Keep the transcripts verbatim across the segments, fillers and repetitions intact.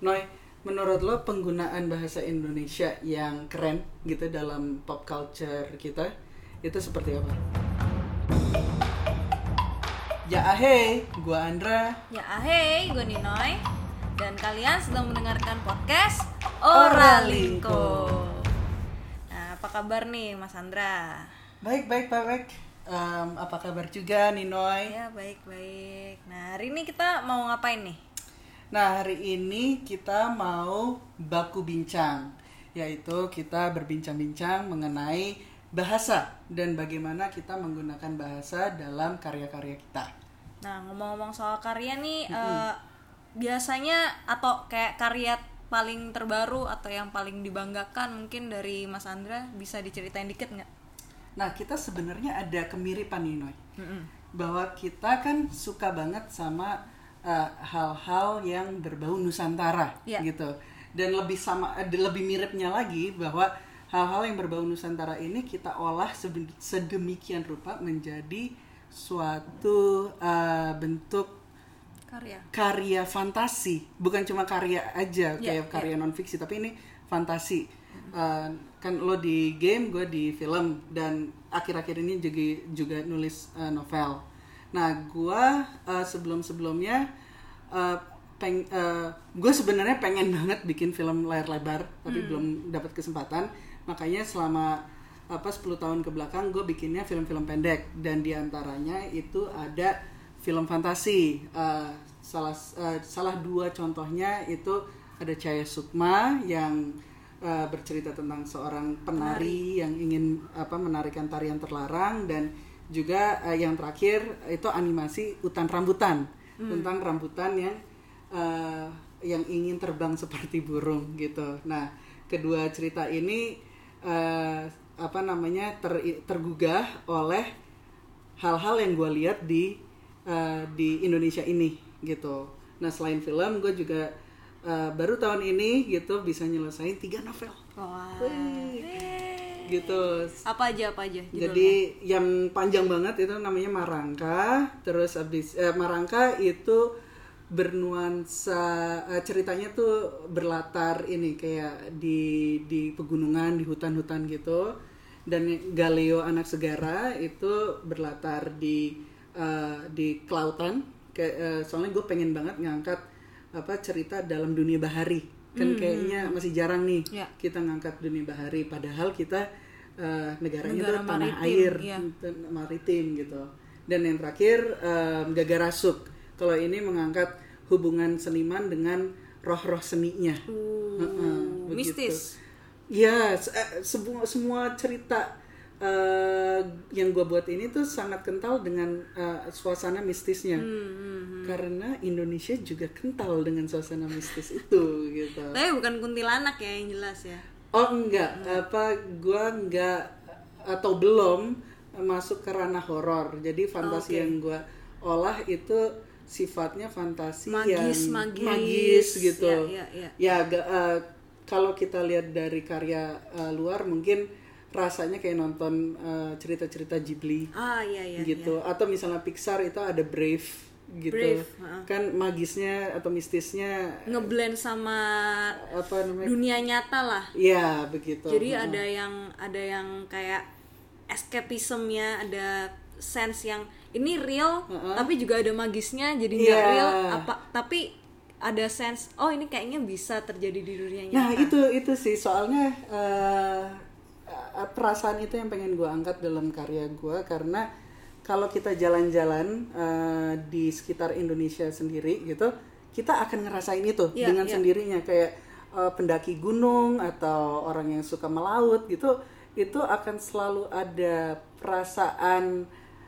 Noi, menurut lo penggunaan bahasa Indonesia yang keren gitu dalam pop culture kita itu seperti apa? Ya ahey, gua Andra. Ya ahey, gue Ninoy. Dan kalian sedang mendengarkan podcast Oralinko. Nah, apa kabar nih Mas Andra? Baik, baik, baik, baik. Um, apa kabar juga Ninoy? Ya, baik-baik. Nah, hari ini kita mau ngapain nih? Nah, hari ini kita mau baku bincang, yaitu kita berbincang-bincang mengenai bahasa dan bagaimana kita menggunakan bahasa dalam karya-karya kita. Nah, ngomong-ngomong soal karya nih, mm-hmm. uh, biasanya atau kayak karya paling terbaru atau yang paling dibanggakan mungkin dari Mas Andra, bisa diceritain dikit nggak? Nah, kita sebenarnya ada kemiripan nih, Noy. Mm-hmm. Bahwa kita kan suka banget sama uh, hal-hal yang berbau Nusantara, yeah. gitu. Dan lebih sama, lebih miripnya lagi bahwa hal-hal yang berbau Nusantara ini kita olah sedemikian rupa menjadi suatu uh, bentuk karya karya fantasi, bukan cuma karya aja kayak yeah, karya yeah. non fiksi, tapi ini fantasi. Mm-hmm. Uh, kan lo di game, gue di film, dan akhir-akhir ini juga juga nulis uh, novel. Nah, gue uh, sebelum-sebelumnya uh, peng, uh, gue sebenarnya pengen banget bikin film layar lebar, tapi mm. belum dapat kesempatan. Makanya selama apa sepuluh tahun ke belakang gue bikinnya film-film pendek, dan diantaranya itu ada film fantasi. Uh, salah uh, salah dua contohnya itu ada Cahaya Sukma yang uh, bercerita tentang seorang penari, penari yang ingin apa menarikan tarian terlarang, dan juga uh, yang terakhir itu animasi Hutan Rambutan, hmm. tentang rambutan yang uh, yang ingin terbang seperti burung gitu. Nah, kedua cerita ini uh, apa namanya ter, tergugah oleh hal-hal yang gue lihat di uh, di Indonesia ini gitu. Nah, selain film, gue juga uh, baru tahun ini gitu bisa nyelesain tiga novel. Wow. Wih, gitu. Apa aja apa aja? Judulnya? Jadi yang panjang banget itu namanya Marangka. Terus abis uh, Marangka itu bernuansa uh, ceritanya tuh berlatar ini kayak di di pegunungan, di hutan-hutan gitu. Dan Galeo Anak Segara itu berlatar di uh, di kelautan. Kayak uh, soalnya gue pengen banget ngangkat apa cerita dalam dunia bahari. Kan mm-hmm. kayaknya masih jarang nih yeah. kita ngangkat dunia bahari, padahal kita uh, negaranya Negara tuh tanah maritim, air, yeah. maritim gitu. Dan yang terakhir uh, Gaga Rasuk. Kalau ini mengangkat hubungan seniman dengan roh-roh seninya. Uh, uh-uh, mistis. Ya, semua semua cerita uh, yang gue buat ini tuh sangat kental dengan uh, suasana mistisnya. Hmm, hmm, hmm. Karena Indonesia juga kental dengan suasana mistis itu, gitu. Tapi bukan kuntilanak ya yang jelas ya? Oh enggak, hmm. apa gue enggak atau belum masuk ke ranah horor. Jadi fantasi okay. yang gue olah itu sifatnya fantasi magis, yang magis, magis gitu. Ya, ya, ya. ya uh, kalau kita lihat dari karya uh, luar mungkin rasanya kayak nonton uh, cerita-cerita Ghibli. Ah iya iya. Gitu. Iya. Atau misalnya Pixar itu ada Brave gitu. Brave, uh-huh. Kan magisnya atau mistisnya ngeblend sama apa namanya? Dunia nyata lah. Iya, begitu. Jadi uh-huh. ada yang ada yang kayak escapism-nya, ada sense yang ini real uh-huh. tapi juga ada magisnya, jadi nggak yeah. real apa tapi ada sense oh ini kayaknya bisa terjadi di dunia nyata. Nah itu itu sih soalnya uh, perasaan itu yang pengen gue angkat dalam karya gue, karena kalau kita jalan-jalan uh, di sekitar Indonesia sendiri gitu, kita akan ngerasain itu yeah, dengan yeah. sendirinya kayak uh, pendaki gunung atau orang yang suka melaut gitu, itu akan selalu ada perasaan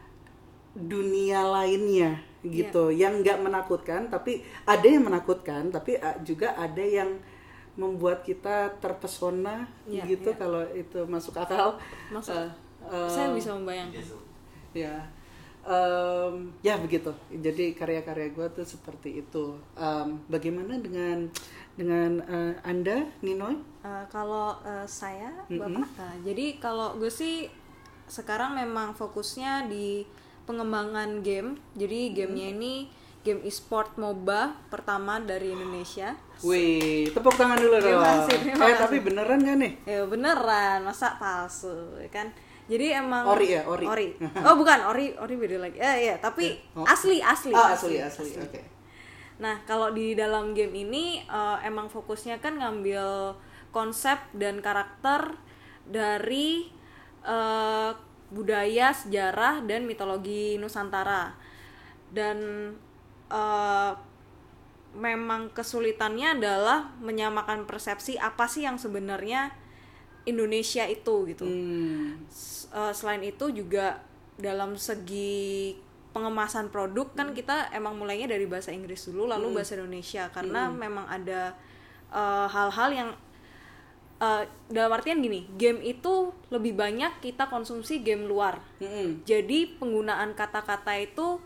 dunia lainnya gitu, yeah. yang nggak menakutkan, tapi ada yang menakutkan, tapi juga ada yang membuat kita terpesona, yeah, gitu. Yeah. Kalau itu masuk akal, masuk. Uh, uh, saya bisa membayangkan. Ya, um, ya begitu. Jadi karya-karya gue tuh seperti itu. Um, bagaimana dengan dengan uh, Anda, Ninoy? Uh, kalau uh, saya, mm-hmm. Bapak, uh, jadi kalau gue sih sekarang memang fokusnya di pengembangan game. Jadi gamenya ini game e-sport MOBA pertama dari Indonesia. Wih, tepuk tangan dulu dong. Terima kasih, terima eh kasih. tapi beneran gak nih? Ya beneran, masa palsu ya kan? Jadi emang Ori ya, ori. Ori. Oh bukan, ori ori beda lagi. Eh iya, tapi oh. asli asli. Ah, asli asli. asli. Oke. Okay. Nah, kalau di dalam game ini uh, emang fokusnya kan ngambil konsep dan karakter dari uh, budaya, sejarah dan mitologi Nusantara. Dan uh, memang kesulitannya adalah menyamakan persepsi apa sih yang sebenarnya Indonesia itu gitu. Hmm. Uh, selain itu juga dalam segi pengemasan produk kan kita emang mulainya dari bahasa Inggris dulu lalu hmm. bahasa Indonesia karena hmm. memang ada uh, hal-hal yang uh, dalam artian gini, game itu lebih banyak kita konsumsi game luar. Hmm. Jadi penggunaan kata-kata itu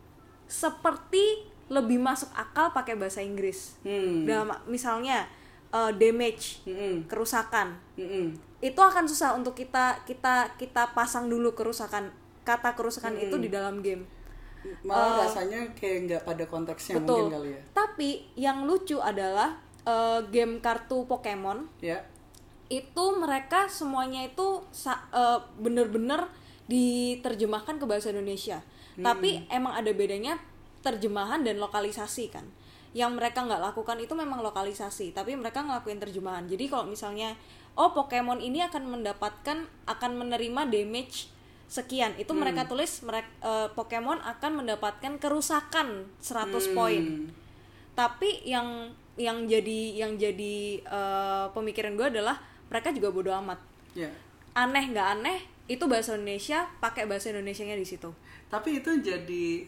seperti lebih masuk akal pakai bahasa Inggris. Hmm. Dalam misalnya Uh, damage, mm-hmm. kerusakan, mm-hmm. itu akan susah untuk kita kita kita pasang dulu kerusakan kata kerusakan mm-hmm. itu di dalam game. Malah uh, rasanya kayak nggak pada konteksnya betul. Mungkin kali ya. Tapi yang lucu adalah uh, game kartu Pokemon, yeah. itu mereka semuanya itu uh, bener-bener diterjemahkan ke bahasa Indonesia. Mm-hmm. Tapi emang ada bedanya terjemahan dan lokalisasi kan. Yang mereka nggak lakukan itu memang lokalisasi, tapi mereka ngelakuin terjemahan. Jadi kalau misalnya, oh Pokemon ini akan mendapatkan, akan menerima damage sekian, itu hmm. mereka tulis mereka, uh, Pokemon akan mendapatkan kerusakan seratus hmm. poin. Tapi yang yang jadi yang jadi uh, pemikiran gue adalah mereka juga bodo amat. Yeah. Aneh nggak aneh, itu bahasa Indonesia, pakai bahasa Indonesianya di situ. Tapi itu jadi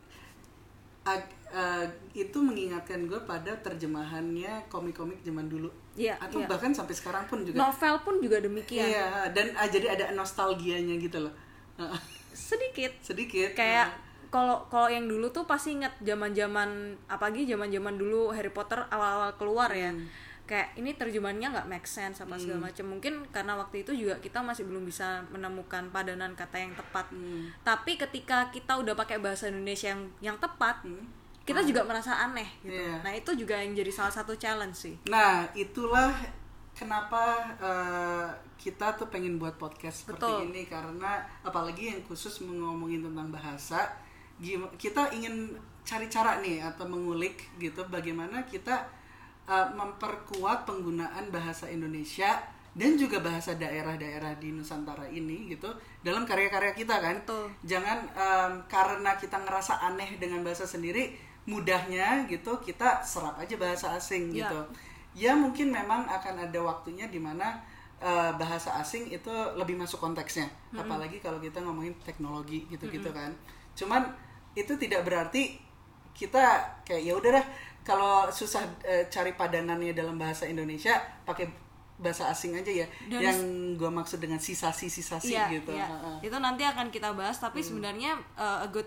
ag- Uh, itu mengingatkan gue pada terjemahannya komik-komik zaman dulu, yeah, atau yeah. bahkan sampai sekarang pun juga. Novel pun juga demikian. Iya, dan uh, jadi ada nostalgianya gitu loh. Sedikit. Sedikit. Kayak kalau uh. kalau yang dulu tuh pasti ingat zaman-zaman apalagi zaman-zaman dulu Harry Potter awal-awal keluar ya. Hmm. Kayak ini terjemahannya nggak make sense apa segala hmm. macam. Mungkin karena waktu itu juga kita masih belum bisa menemukan padanan kata yang tepat. Hmm. Tapi ketika kita udah pakai bahasa Indonesia yang yang tepat. Hmm. kita juga merasa aneh gitu. Yeah. Nah itu juga yang jadi salah satu challenge sih. Nah itulah kenapa uh, kita tuh pengen buat podcast seperti Betul. ini, karena apalagi yang khusus ngomongin tentang bahasa, kita ingin cari cara nih atau mengulik gitu bagaimana kita uh, memperkuat penggunaan bahasa Indonesia dan juga bahasa daerah-daerah di Nusantara ini gitu dalam karya-karya kita kan. Betul. Jangan um, karena kita ngerasa aneh dengan bahasa sendiri, mudahnya gitu kita serap aja bahasa asing ya. gitu. Ya mungkin memang akan ada waktunya di mana uh, bahasa asing itu lebih masuk konteksnya, mm-hmm. apalagi kalau kita ngomongin teknologi gitu-gitu mm-hmm. kan. Cuman itu tidak berarti kita kayak ya udah dah kalau susah uh, cari padanannya dalam bahasa Indonesia pakai bahasa asing aja ya. Dan yang gue maksud dengan sisa-sisa-sisa iya, gitu. Iya. Uh-uh. Itu nanti akan kita bahas, tapi hmm. sebenarnya uh, a good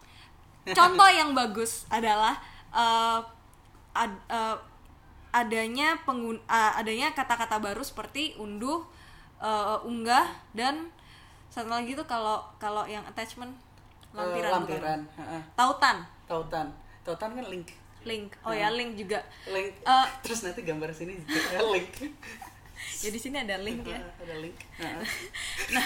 contoh yang bagus adalah uh, ad, uh, adanya pengun uh, adanya kata-kata baru seperti unduh, uh, unggah, dan satu lagi tuh kalau kalau yang attachment lampiran, uh, lampiran. Uh-uh. tautan tautan tautan kan link link oh uh. ya link juga link uh, terus nanti gambar sini juga link. Ya di sini ada link ya. Ada link. Nah, nah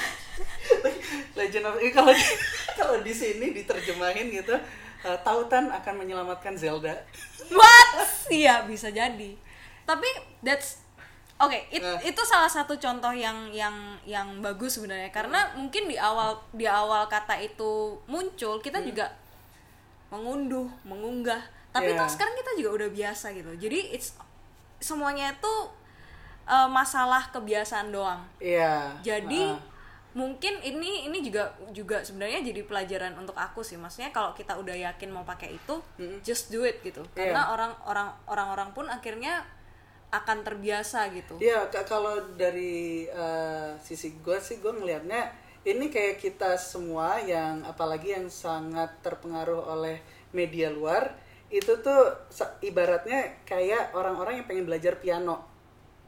Legend of eh, kalau kalau di sini diterjemahin gitu, uh, tautan akan menyelamatkan Zelda. What? Iya bisa jadi. Tapi that's oke, okay, it, uh. itu salah satu contoh yang yang yang bagus sebenarnya, karena mungkin di awal di awal kata itu muncul kita hmm. juga mengunduh, mengunggah. Tapi yeah. toh sekarang kita juga udah biasa gitu. Jadi it's semuanya itu Uh, masalah kebiasaan doang. Iya. Yeah. Jadi uh. mungkin ini ini juga juga sebenarnya jadi pelajaran untuk aku sih. Maksudnya kalau kita udah yakin mau pakai itu, mm-hmm. just do it gitu. Karena yeah. orang-orang orang-orang pun akhirnya akan terbiasa gitu. Iya, yeah, k- kalau dari uh, sisi gue sih gue ngelihatnya ini kayak kita semua yang apalagi yang sangat terpengaruh oleh media luar, itu tuh ibaratnya kayak orang-orang yang pengen belajar piano.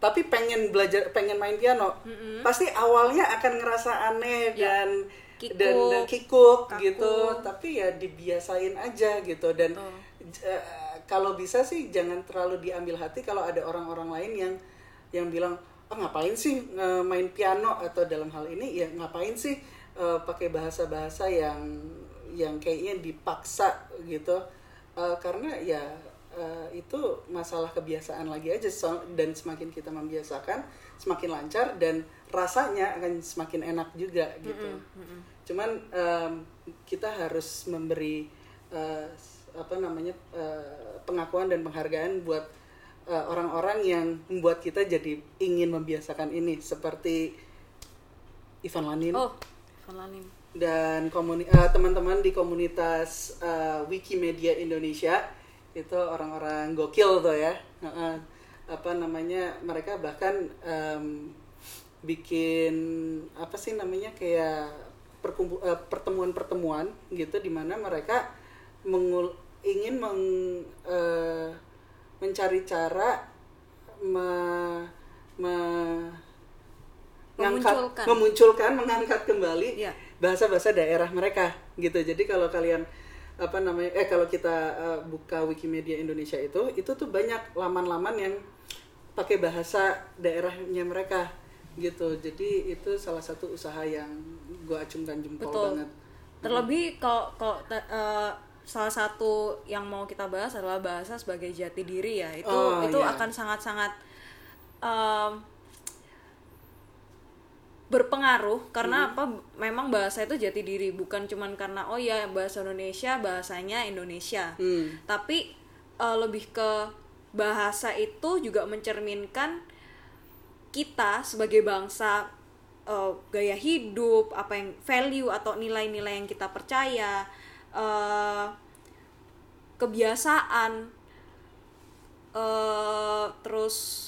tapi pengen belajar, pengen main piano, mm-hmm. pasti awalnya akan ngerasa aneh ya. dan kikuk, dan, dan kikuk gitu, tapi ya dibiasain aja gitu. Dan oh. uh, kalau bisa sih jangan terlalu diambil hati kalau ada orang-orang lain yang yang bilang, oh ngapain sih uh, main piano, atau dalam hal ini ya ngapain sih uh, pakai bahasa-bahasa yang yang kayaknya dipaksa gitu, uh, karena ya uh, itu masalah kebiasaan lagi aja. So, dan semakin kita membiasakan semakin lancar dan rasanya akan semakin enak juga gitu. Mm-hmm. Mm-hmm. Cuman um, kita harus memberi uh, apa namanya uh, pengakuan dan penghargaan buat uh, orang-orang yang membuat kita jadi ingin membiasakan ini, seperti Ivan Lanin. Oh, Ivan Lanin. Dan komuni- uh, teman-teman di komunitas uh, Wikimedia Indonesia itu orang-orang gokil tuh ya, uh, uh, apa namanya, mereka bahkan um, bikin apa sih namanya kayak perkumpu- uh, pertemuan-pertemuan gitu, di mana mereka mengul- ingin meng- uh, mencari cara me- me- mengangkat, memunculkan. memunculkan, mengangkat kembali yeah. bahasa-bahasa daerah mereka gitu. Jadi kalau kalian apa namanya eh kalau kita uh, buka Wikimedia Indonesia itu itu tuh banyak laman-laman yang pakai bahasa daerahnya mereka gitu. Jadi itu salah satu usaha yang gue acungkan jempol. Betul. Banget. Terlebih kalau kalau uh, salah satu yang mau kita bahas adalah bahasa sebagai jati diri ya. Itu oh, itu yeah. akan sangat-sangat um, berpengaruh karena hmm. apa, memang bahasa itu jati diri, bukan cuman karena oh ya bahasa Indonesia bahasanya Indonesia, hmm. tapi uh, lebih ke bahasa itu juga mencerminkan kita sebagai bangsa, uh, gaya hidup, apa yang value atau nilai-nilai yang kita percaya, uh, kebiasaan, uh, terus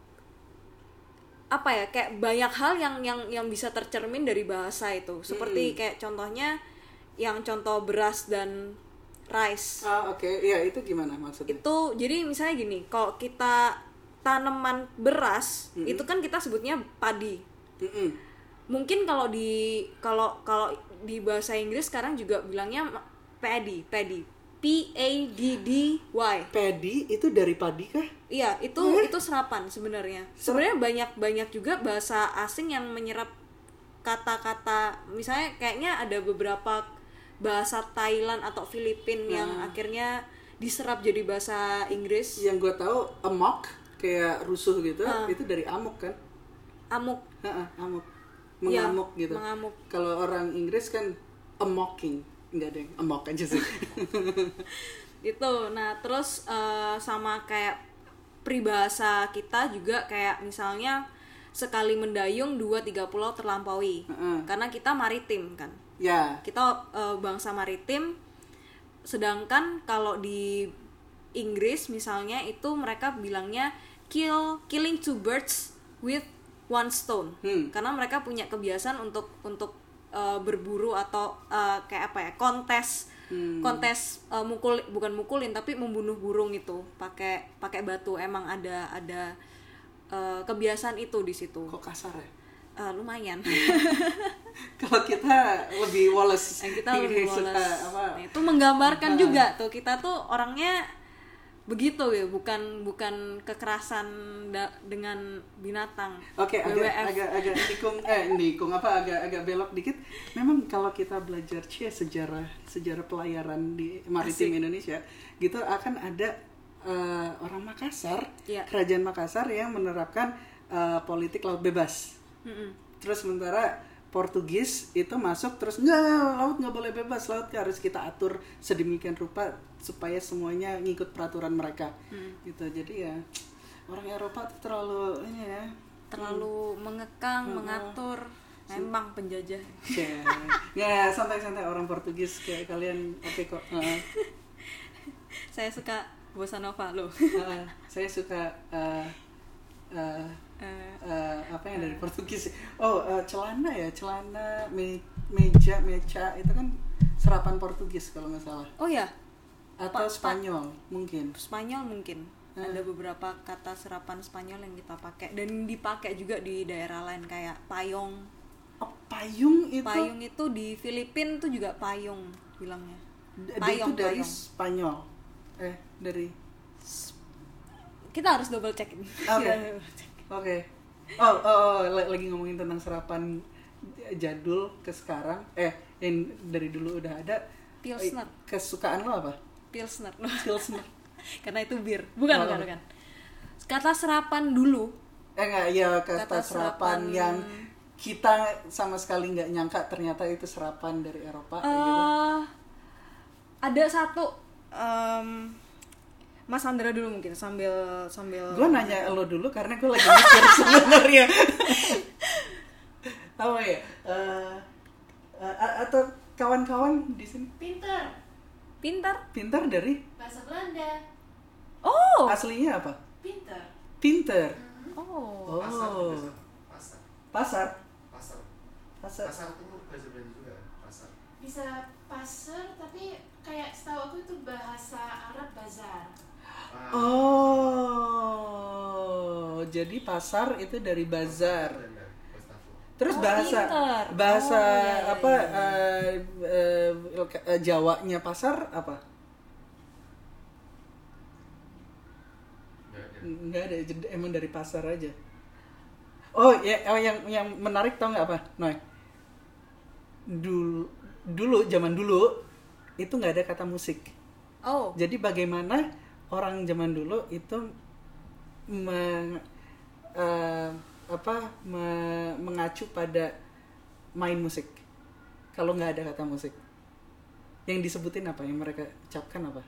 apa ya, kayak banyak hal yang yang yang bisa tercermin dari bahasa itu. Seperti hmm. kayak contohnya yang contoh beras dan rice. Ah oke, okay. Iya itu gimana maksudnya? Itu jadi misalnya gini, kalau kita tanaman beras mm-hmm. itu kan kita sebutnya padi. Mm-hmm. Mungkin kalau di kalau kalau di bahasa Inggris sekarang juga bilangnya paddy, paddy. P A D D Y. Paddy itu dari padi kah? Iya, itu oh, ya? Itu serapan sebenarnya. Sebenarnya banyak-banyak juga bahasa asing yang menyerap kata-kata, misalnya kayaknya ada beberapa bahasa Thailand atau Filipina nah. yang akhirnya diserap jadi bahasa Inggris. Yang gue tahu amok, kayak rusuh gitu, uh. itu dari amok kan? Amok. Heeh, amok. Mengamuk ya, gitu. Mengamuk. Kalau orang Inggris kan amocking. Enggak ada yang amok aja sih. Itu, nah terus uh, sama kayak peribahasa kita juga, kayak misalnya sekali mendayung dua tiga pulau terlampaui. Uh-uh. Karena kita maritim kan. Ya. Yeah. Kita uh, bangsa maritim. Sedangkan kalau di Inggris misalnya itu mereka bilangnya kill killing two birds with one stone. Hmm. Karena mereka punya kebiasaan untuk untuk Uh, berburu atau uh, kayak apa ya, kontes hmm. kontes uh, mukul bukan mukulin tapi membunuh burung itu pakai pakai batu. Emang ada ada uh, kebiasaan itu di situ. Kok kasar ya? Uh, lumayan. Kalau kita lebih Wallace. Eh, kita lebih Wallace. Nah, itu menggambarkan juga tuh kita tuh orangnya begitu ya, bukan bukan kekerasan da- dengan binatang. Oke, okay, agak agak agak nikung eh nikung apa agak agak belok dikit. Memang kalau kita belajar cie sejarah sejarah pelayaran di maritim Asik. Indonesia, gitu akan ada uh, orang Makassar, yeah. Kerajaan Makassar yang menerapkan uh, politik laut bebas. Mm-mm. Terus sementara Portugis itu masuk terus enggak, laut nggak boleh bebas, laut harus kita atur sedemikian rupa supaya semuanya ngikut peraturan mereka. hmm. Gitu. Jadi ya orang Eropa tuh terlalu ini ya, terlalu hmm. mengekang, hmm. mengatur. Memang penjajah. Ya, ya santai-santai orang Portugis kayak kalian oke okay kok. Uh. Saya suka bossa nova loh. uh, saya suka uh, uh, Uh, uh, apa yang dari Portugis? Oh, uh, celana ya, celana, me, meja, meja itu kan serapan Portugis kalau nggak salah. Oh ya. Atau pa, Spanyol pa, mungkin. Spanyol mungkin. Hmm. Ada beberapa kata serapan Spanyol yang kita pakai dan dipakai juga di daerah lain kayak payung. Oh, payung itu? Payung itu di Filipina tuh juga payung bilangnya. Payung itu dari payung. Spanyol. Eh, dari kita harus double check ini. Oke. Okay. Oke. Okay. Oh, oh, oh, lagi ngomongin tentang serapan jadul ke sekarang. Eh, yang dari dulu udah ada. Pilsner. Kesukaan lo apa? Pilsner. Pilsner. Karena itu bir. Bukan, oh. bukan, bukan. Kata serapan dulu. Eh enggak, ya kata, kata serapan, serapan yang kita sama sekali nggak nyangka ternyata itu serapan dari Eropa. Uh, gitu. Ada satu um, Mas Andra dulu mungkin sambil sambil. Gue nanya lo dulu karena gue lagi mikir sebenarnya. Apa ya? Uh, uh, atau kawan-kawan di sini? Pinter. Pinter. Pinter dari? Bahasa Belanda. Oh. Aslinya apa? Pinter. Pinter. Mm-hmm. Oh. Oh. Pasar. Pasar. Pasar. Pasar. Pasar itu bahasa Belanda juga. Pasar. Bisa pasar tapi kayak setahu aku itu bahasa Arab bazar. Ah. Oh. Jadi pasar itu dari bazar. Terus oh, bahasa pinter. bahasa oh, iya, iya, apa iya. Uh, uh, uh, Jawanya pasar apa? Nggak ada, emang dari pasar aja. Oh ya, oh, yang yang menarik tau nggak apa, Noy? Dulu dulu zaman dulu itu nggak ada kata musik. Oh. Jadi bagaimana orang zaman dulu itu meng, uh, apa me, mengacu pada main musik kalau nggak ada kata musik, yang disebutin apa, yang mereka ucapkan apa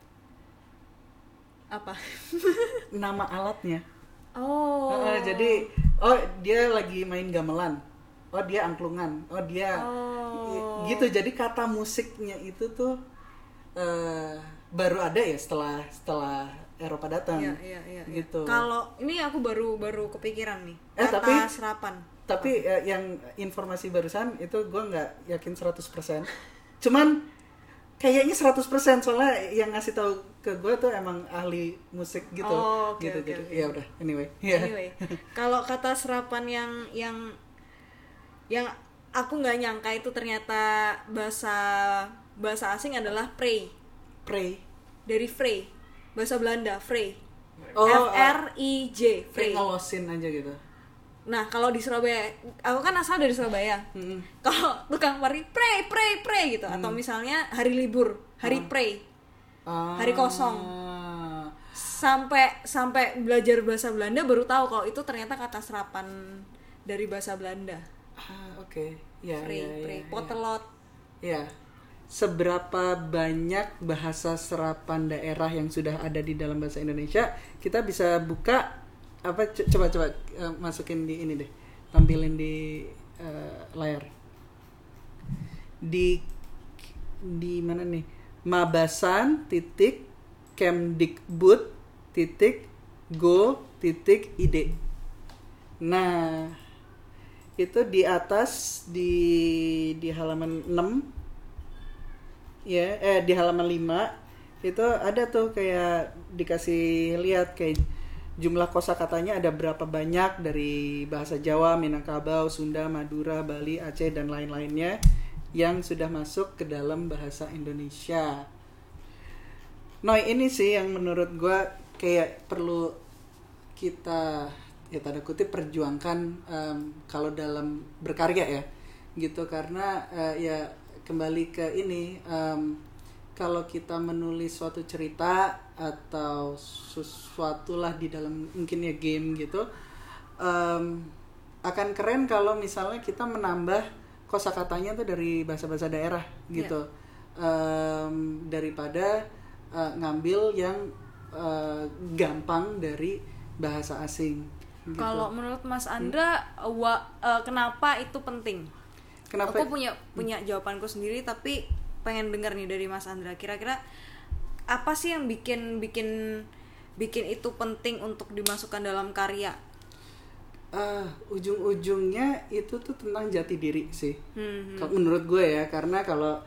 apa nama alatnya. Oh. Uh, jadi oh dia lagi main gamelan, oh dia angklungan, oh dia oh. gitu. Jadi kata musiknya itu tuh uh, baru ada ya setelah setelah Eropa datang. Iya, iya, iya, gitu. Kalau ini aku baru baru kepikiran nih. Eh, kata tapi, serapan. Tapi eh, yang informasi barusan itu gue nggak yakin seratus persen. Cuman kayaknya seratus persen soalnya yang ngasih tahu ke gue tuh emang ahli musik gitu. Oh, okay, gitu. Okay, Jadi okay. ya udah, anyway. Yeah. Anyway, kalau kata serapan yang yang yang aku nggak nyangka itu ternyata bahasa bahasa asing adalah pray. Pray. Dari Frey. Bahasa Belanda, Frey. Oh, F R I J, Frey. Ngelosin aja gitu. Nah, kalau di Surabaya, aku kan asal dari Surabaya. Hmm. Kalau tukang pari, pray, pray, pray gitu. Hmm. Atau misalnya hari libur, hari hmm. pray. Ah. Hari kosong. Sampai sampai belajar bahasa Belanda baru tahu kalau itu ternyata kata serapan dari bahasa Belanda. Ah, oke. Okay. Ya, pray, ya, pray, ya, potelot. Ya. Seberapa banyak bahasa serapan daerah yang sudah ada di dalam bahasa Indonesia? Kita bisa buka apa coba coba uh, masukin di ini deh, tampilin di uh, layar. Di di mana nih? Mabasan titik Kemdikbud titik go titik id. Nah, itu di atas di di halaman enam. Ya, eh di halaman lima itu ada tuh kayak dikasih lihat kayak jumlah kosakatanya ada berapa banyak dari bahasa Jawa, Minangkabau, Sunda, Madura, Bali, Aceh dan lain-lainnya yang sudah masuk ke dalam bahasa Indonesia. Nah, ini sih yang menurut gue kayak perlu kita ya tanda kutip perjuangkan um, kalau dalam berkarya ya gitu, karena uh, ya kembali ke ini, um, kalau kita menulis suatu cerita atau sesuatu lah di dalam mungkin ya game gitu, um, akan keren kalau misalnya kita menambah kosakatanya tuh dari bahasa-bahasa daerah gitu, yeah. um, daripada uh, ngambil yang uh, gampang dari bahasa asing. Gitu. Kalau menurut Mas Andra, hmm. wa, uh, kenapa itu penting? Kenapa? Aku punya punya jawabanku sendiri, tapi pengen dengar nih dari Mas Andra. Kira-kira apa sih yang bikin bikin bikin itu penting untuk dimasukkan dalam karya? Uh, ujung-ujungnya itu tuh tentang jati diri sih, hmm, hmm. menurut gue ya. Karena kalau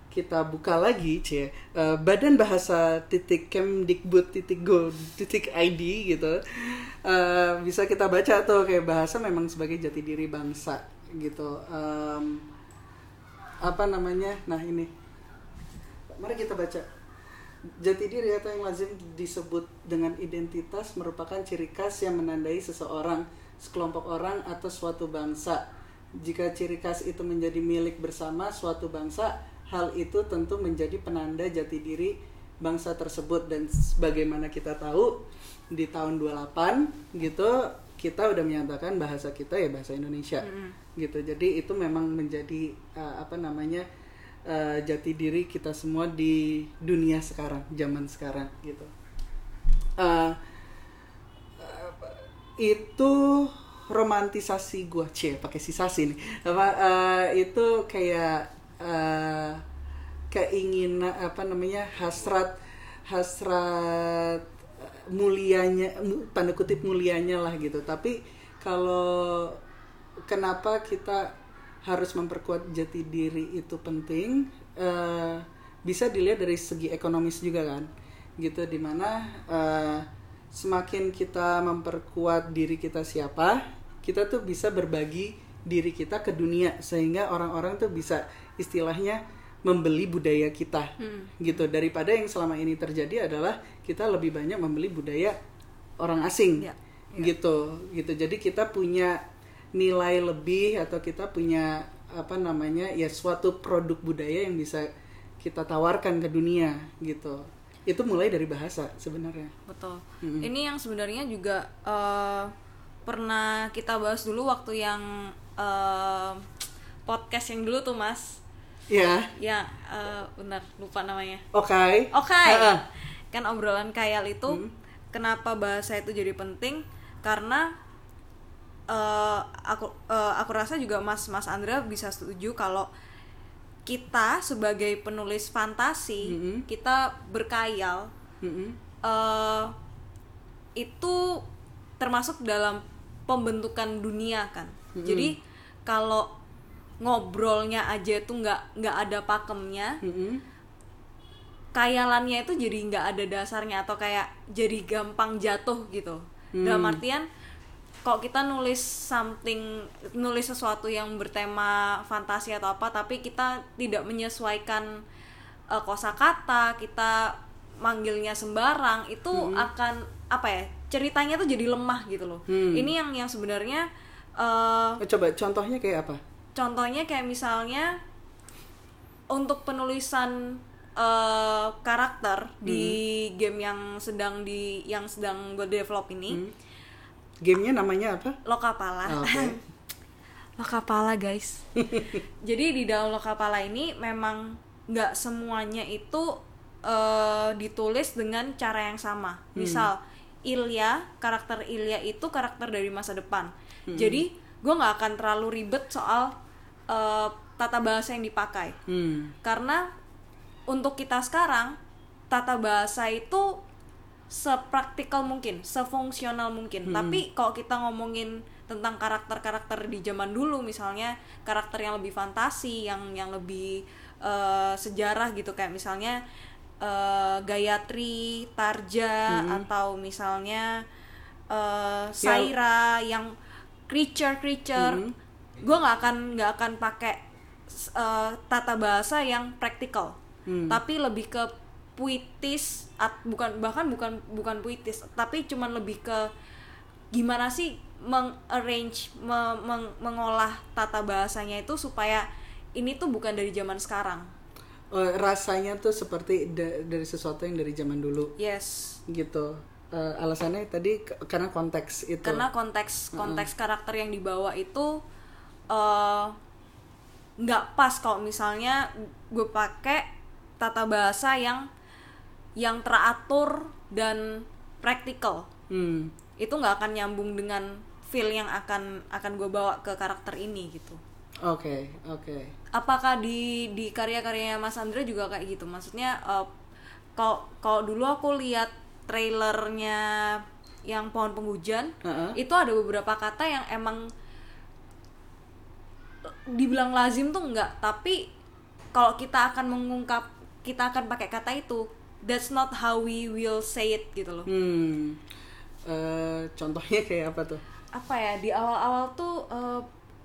kita buka lagi, cie, uh, Badan Bahasa titik Kemdikbud titik go titik id gitu, uh, bisa kita baca tuh kayak bahasa memang sebagai jati diri bangsa gitu. Um, apa namanya? Nah ini, mari kita baca. Jati diri atau yang lazim disebut dengan identitas merupakan ciri khas yang menandai seseorang, sekelompok orang atau suatu bangsa. Jika ciri khas itu menjadi milik bersama suatu bangsa, hal itu tentu menjadi penanda jati diri bangsa tersebut. Dan sebagaimana kita tahu di tahun dua puluh delapan gitu kita udah menyatakan bahasa kita ya bahasa Indonesia mm-hmm. gitu. Jadi itu memang menjadi uh, apa namanya uh, jati diri kita semua di dunia sekarang, zaman sekarang gitu. Uh, uh, itu romantisasi gue, cie pakai sisasi nih apa uh, itu kayak uh, keinginan apa namanya hasrat hasrat mulianya tanda kutip mulianya lah gitu. Tapi kalau kenapa kita harus memperkuat jati diri itu penting, uh, bisa dilihat dari segi ekonomis juga kan gitu, dimana uh, semakin kita memperkuat diri kita siapa, kita tuh bisa berbagi diri kita ke dunia sehingga orang-orang tuh bisa istilahnya membeli budaya kita hmm. gitu, daripada yang selama ini terjadi adalah kita lebih banyak membeli budaya orang asing ya, ya. gitu gitu. Jadi kita punya nilai lebih atau kita punya apa namanya ya suatu produk budaya yang bisa kita tawarkan ke dunia gitu. Itu mulai dari bahasa sebenarnya. Betul. Hmm. Ini yang sebenarnya juga uh, pernah kita bahas dulu waktu yang uh, podcast yang dulu tuh Mas. Iya. Ya, uh, benar lupa namanya. Oke. Okay. Oke. Okay. Kan obrolan khayal itu hmm. kenapa bahasa itu jadi penting? Karena uh, aku uh, aku rasa juga Mas Mas Andra bisa setuju kalau kita sebagai penulis fantasi, mm-hmm. kita berkhayal, mm-hmm. uh, itu termasuk dalam pembentukan dunia kan. Mm-hmm. Jadi kalau ngobrolnya aja tuh nggak nggak ada pakemnya, mm-hmm. khayalannya itu jadi nggak ada dasarnya atau kayak jadi gampang jatuh gitu. Mm. Dalam artian kalau kita nulis something, nulis sesuatu yang bertema fantasi atau apa, tapi kita tidak menyesuaikan uh, kosakata, kita manggilnya sembarang, itu hmm. akan apa ya? Ceritanya tuh jadi lemah gitu loh. Hmm. Ini yang yang sebenarnya. Uh, Coba contohnya kayak apa? Contohnya kayak misalnya untuk penulisan uh, karakter hmm. di game yang sedang di yang sedang gue develop ini. Hmm. Gamenya namanya apa? Lokapala. Oh, okay. Lokapala guys. Jadi di dalam Lokapala ini memang nggak semuanya itu uh, ditulis dengan cara yang sama. Hmm. Misal Ilya, karakter Ilya itu karakter dari masa depan. Hmm. Jadi gue nggak akan terlalu ribet soal uh, tata bahasa yang dipakai. Hmm. Karena untuk kita sekarang tata bahasa itu sepraktikal mungkin, sefungsional mungkin. Hmm. Tapi kalau kita ngomongin tentang karakter-karakter di zaman dulu, misalnya karakter yang lebih fantasi, yang yang lebih uh, sejarah gitu, kayak misalnya uh, Gayatri, Tarja, hmm. atau misalnya uh, Saira yang, yang creature-creature, hmm. gue nggak akan nggak akan pakai uh, tata bahasa yang praktikal, hmm. tapi lebih ke puitis, at, bukan bahkan bukan bukan puitis, tapi cuman lebih ke gimana sih mengarrange, me, meng, mengolah tata bahasanya itu supaya ini tuh bukan dari zaman sekarang. Uh, rasanya tuh seperti da- dari sesuatu yang dari zaman dulu. Yes. Gitu. Uh, alasannya tadi k- karena konteks itu. Karena konteks konteks uh-uh. karakter yang dibawa itu nggak uh, pas kalau misalnya gue pakai tata bahasa yang yang teratur dan praktikal, hmm. itu nggak akan nyambung dengan feel yang akan akan gue bawa ke karakter ini gitu. Oke okay, oke. Okay. Apakah di di karya-karyanya Mas Andra juga kayak gitu? Maksudnya uh, kalau kalau dulu aku lihat trailernya yang Pohon Penghujan, uh-uh. itu ada beberapa kata yang emang dibilang lazim tuh enggak, tapi kalau kita akan mengungkap, kita akan pakai kata itu, that's not how we will say it gitu loh. Hmm. Uh, contohnya kayak apa tuh? Apa ya, di awal-awal tuh uh,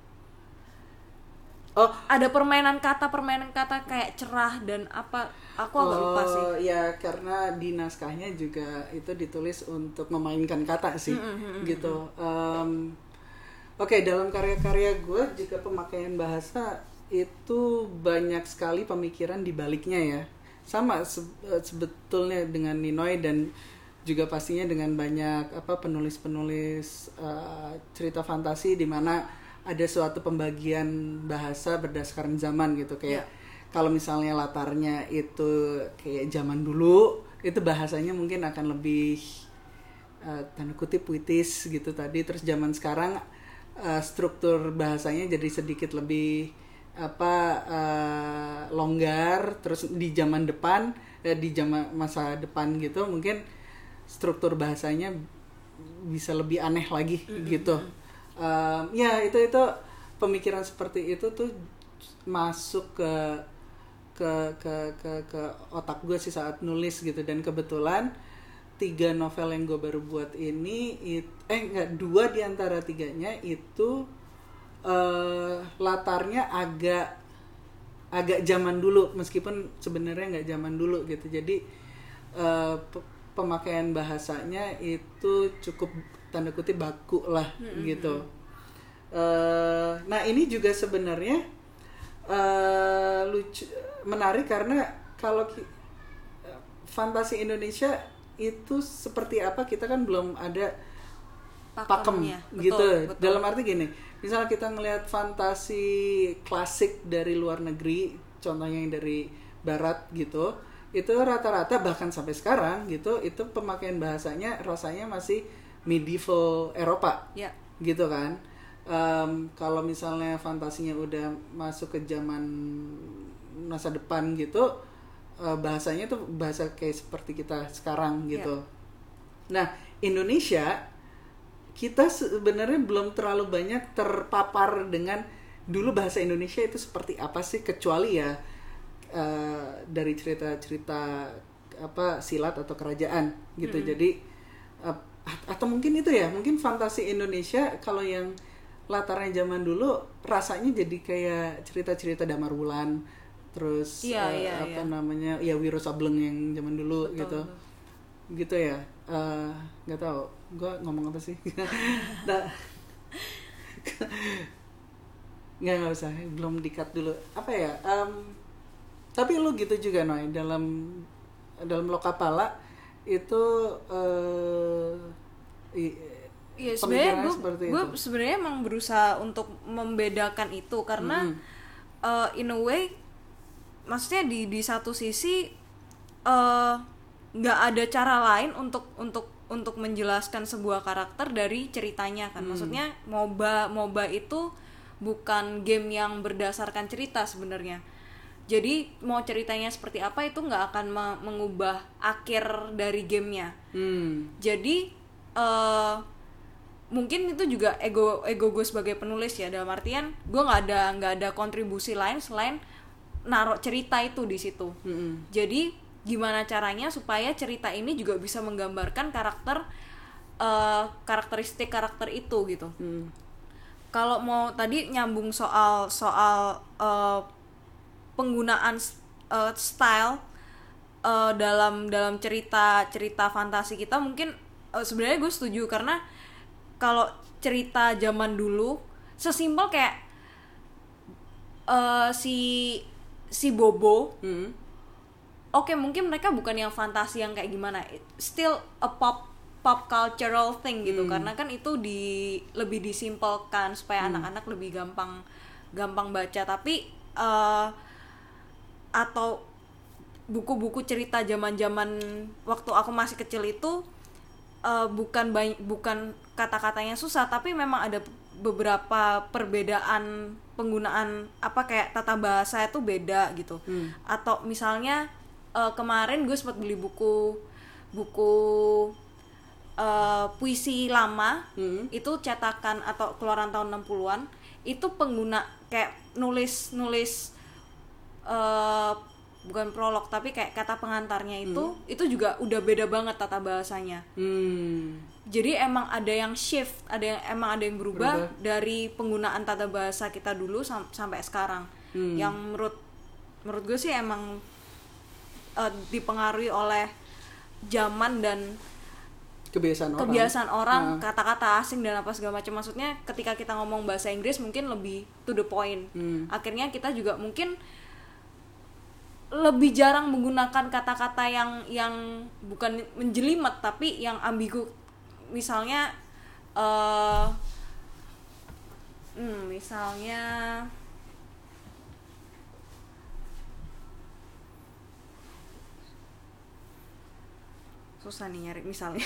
oh ada permainan kata permainan kata kayak cerah dan apa, aku agak lupa sih. Oh ya, karena di naskahnya juga itu ditulis untuk memainkan kata sih, mm-hmm. gitu. Um, Oke, okay, dalam karya-karya gue juga pemakaian bahasa itu banyak sekali pemikiran di baliknya ya. Sama se- sebetulnya dengan Ninoy dan juga pastinya dengan banyak apa penulis-penulis uh, cerita fantasi di mana ada suatu pembagian bahasa berdasarkan zaman gitu, kayak yeah. Kalau misalnya latarnya itu kayak zaman dulu, itu bahasanya mungkin akan lebih uh, tanda kutip puitis gitu tadi. Terus zaman sekarang uh, struktur bahasanya jadi sedikit lebih apa uh, longgar. Terus di zaman depan, eh, di zaman masa depan gitu mungkin struktur bahasanya bisa lebih aneh lagi mm-hmm. gitu. Um, ya itu itu pemikiran seperti itu tuh masuk ke ke ke ke ke otak gue sih saat nulis gitu. Dan kebetulan tiga novel yang gue baru buat ini it, eh enggak dua diantara tiganya itu uh, latarnya agak agak zaman dulu meskipun sebenarnya nggak zaman dulu gitu. Jadi uh, pe- pemakaian bahasanya itu cukup tanda kutip baku lah mm-hmm. gitu. Uh, nah ini juga sebenarnya uh, lucu, menarik karena kalau ki, fantasi Indonesia itu seperti apa kita kan belum ada pakem gitu. Betul, betul. Dalam arti gini, misalnya kita ngelihat fantasi klasik dari luar negeri, contohnya yang dari barat gitu, itu rata-rata bahkan sampai sekarang gitu, itu pemakaian bahasanya rasanya masih medieval Eropa, yeah. gitu kan. Um, kalau misalnya fantasinya udah masuk ke zaman masa depan gitu, uh, bahasanya tuh bahasa kayak seperti kita sekarang gitu. Yeah. Nah, Indonesia kita sebenarnya belum terlalu banyak terpapar dengan dulu bahasa Indonesia itu seperti apa sih, kecuali ya uh, dari cerita-cerita apa silat atau kerajaan gitu. Mm-hmm. Jadi uh, atau mungkin itu ya, mungkin fantasi Indonesia kalau yang latarnya zaman dulu rasanya jadi kayak cerita-cerita Damar Wulan, terus yeah, uh, yeah, apa yeah. namanya ya Wiro Sableng yang zaman dulu. Betul, gitu betul. Gitu ya, nggak uh, tahu gue ngomong apa sih. Nah, nggak nggak usah, belum di-cut dulu apa ya. Um, tapi lu gitu juga Noy, dalam dalam Lokapala itu uh, iya sebenarnya gue gue sebenarnya emang berusaha untuk membedakan itu karena hmm. uh, in a way maksudnya di di satu sisi nggak uh, ada cara lain untuk untuk untuk menjelaskan sebuah karakter dari ceritanya kan. Hmm. Maksudnya MOBA MOBA itu bukan game yang berdasarkan cerita sebenarnya. Jadi mau ceritanya seperti apa itu nggak akan me- mengubah akhir dari gamenya. Hmm. Jadi uh, mungkin itu juga ego ego gue sebagai penulis ya, dalam artian gue nggak ada nggak ada kontribusi lain selain naruh cerita itu di situ. Hmm. Jadi gimana caranya supaya cerita ini juga bisa menggambarkan karakter uh, karakteristik karakter itu gitu. Hmm. Kalau mau tadi nyambung soal soal uh, penggunaan uh, style uh, dalam dalam cerita cerita fantasi kita, mungkin uh, sebenarnya gue setuju karena kalau cerita zaman dulu sesimpel kayak uh, si si Bobo, hmm. oke okay, mungkin mereka bukan yang fantasi yang kayak gimana, still a pop pop cultural thing gitu, hmm. karena kan itu di lebih disimpelkan supaya hmm. anak-anak lebih gampang gampang baca. Tapi uh, atau buku-buku cerita zaman-zaman waktu aku masih kecil itu uh, bukan banyak, bukan kata-katanya susah, tapi memang ada beberapa perbedaan penggunaan apa kayak tata bahasa itu beda gitu. Hmm. Atau misalnya uh, kemarin gue sempat beli buku buku uh, puisi lama, hmm. itu cetakan atau keluaran tahun enam puluhan, itu pengguna kayak nulis-nulis uh, bukan prolog tapi kayak kata pengantarnya itu hmm. itu juga udah beda banget tata bahasanya. Hmm. Jadi emang ada yang shift, ada yang emang ada yang berubah, berubah. dari penggunaan tata bahasa kita dulu sam- sampai sekarang. Hmm. Yang menurut menurut gue sih emang uh, dipengaruhi oleh zaman dan kebiasaan orang, kebiasaan orang nah. kata-kata asing dan apa segala macam. Maksudnya ketika kita ngomong bahasa Inggris mungkin lebih to the point. Hmm. Akhirnya kita juga mungkin lebih jarang menggunakan kata-kata yang yang bukan menjelimet tapi yang ambigu. Misalnya uh, hmm, misalnya susah nih nyari misalnya.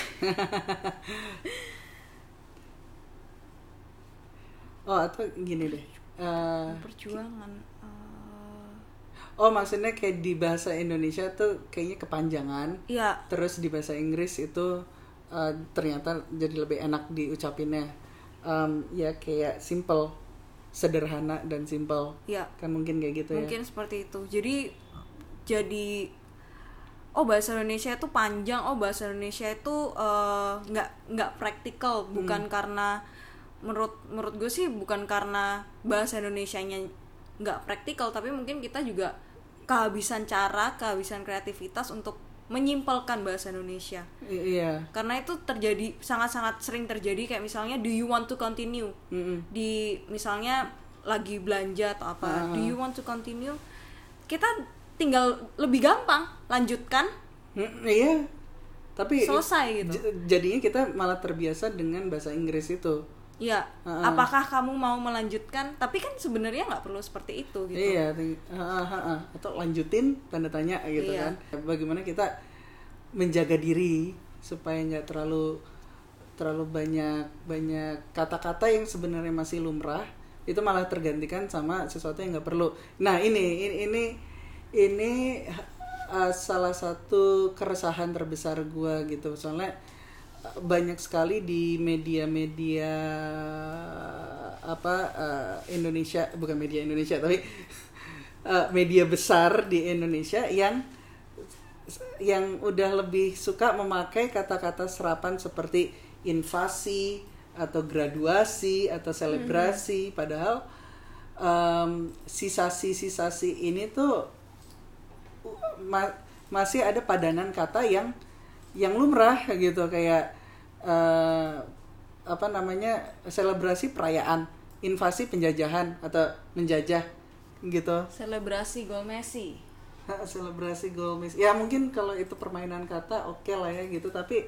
Oh, atau gini deh. Uh, perjuangan. Uh... Oh, maksudnya kayak di bahasa Indonesia tuh kayaknya kepanjangan. Iya. Terus di bahasa Inggris itu uh, ternyata jadi lebih enak diucapinnya. Um, ya kayak simple, sederhana dan simple. Iya. Kan mungkin kayak gitu mungkin ya. Mungkin seperti itu. Jadi jadi oh bahasa Indonesia itu panjang, oh bahasa Indonesia itu nggak uh, nggak praktikal, bukan hmm. karena menurut menurut gue sih bukan karena bahasa Indonesianya nggak praktikal, tapi mungkin kita juga kehabisan cara, kehabisan kreativitas untuk menyimpelkan bahasa Indonesia. I- iya. Karena itu terjadi sangat-sangat sering terjadi kayak misalnya do you want to continue mm-hmm. di misalnya lagi belanja atau apa, uh-huh. do you want to continue, kita tinggal lebih gampang lanjutkan, hmm, iya, tapi selesai gitu. J- jadinya kita malah terbiasa dengan bahasa Inggris itu. Iya. Uh-uh. Apakah kamu mau melanjutkan? Tapi kan sebenarnya nggak perlu seperti itu gitu. Iya. Uh-uh. Atau lanjutin tanda tanya gitu iya. kan. Bagaimana kita menjaga diri supaya nggak terlalu terlalu banyak banyak kata-kata yang sebenarnya masih lumrah itu malah tergantikan sama sesuatu yang nggak perlu. Nah ini ini ini ini uh, salah satu keresahan terbesar gue gitu, soalnya uh, banyak sekali di media-media apa uh, Indonesia, bukan media Indonesia tapi uh, media besar di Indonesia yang yang udah lebih suka memakai kata-kata serapan seperti invasi atau graduasi atau selebrasi, mm-hmm. padahal um, sisasi-sisasi ini tuh Ma- masih ada padanan kata yang yang lumrah gitu, kayak uh, apa namanya selebrasi perayaan, invasi penjajahan atau menjajah gitu. Selebrasi gol Messi. Selebrasi gol Messi. Ya mungkin kalau itu permainan kata oke okay lah ya gitu, tapi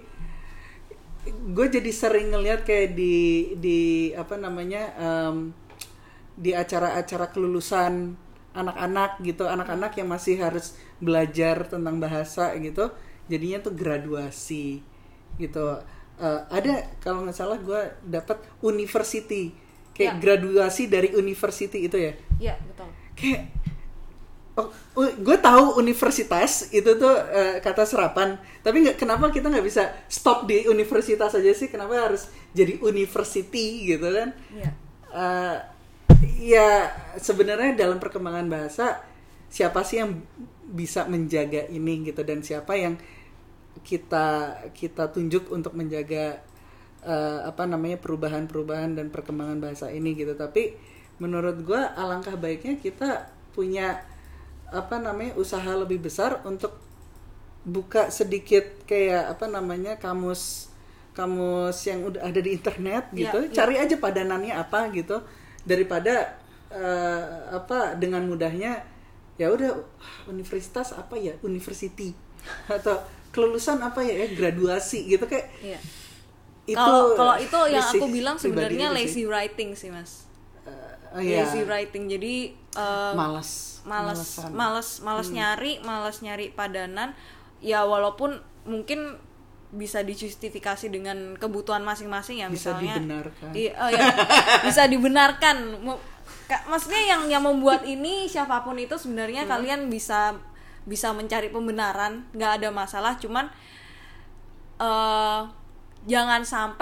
gue jadi sering ngeliat kayak di di apa namanya um, di acara-acara kelulusan anak-anak gitu, anak-anak yang masih harus belajar tentang bahasa gitu, jadinya tuh graduasi gitu. Uh, ada kalau nggak salah gue dapat university, kayak ya. Graduasi dari university itu ya? Iya betul. Kayak oh, gue tahu universitas itu tuh uh, kata serapan, tapi nggak, kenapa kita nggak bisa stop di universitas aja sih? Kenapa harus jadi university gitu kan? Iya. Uh, Ya sebenarnya dalam perkembangan bahasa siapa sih yang bisa menjaga ini gitu, dan siapa yang kita kita tunjuk untuk menjaga uh, apa namanya perubahan-perubahan dan perkembangan bahasa ini gitu. Tapi menurut gue alangkah baiknya kita punya apa namanya usaha lebih besar untuk buka sedikit kayak apa namanya kamus kamus yang udah ada di internet gitu, ya, cari ya. aja padanannya apa gitu, daripada uh, apa dengan mudahnya ya udah universitas apa ya university atau kelulusan apa ya, ya graduasi gitu kayak iya. itu kalau kalau itu yang aku bilang sebenarnya lazy writing sih mas. Uh, iya. Lazy writing, jadi uh, malas malas malas malas hmm. nyari malas nyari padanan ya, walaupun mungkin bisa dijustifikasi dengan kebutuhan masing-masing ya, bisa misalnya dibenarkan. I- oh ya, bisa dibenarkan. Maksudnya yang yang membuat ini siapapun itu sebenarnya hmm. kalian bisa bisa mencari pembenaran, nggak ada masalah. Cuman uh, jangan sampai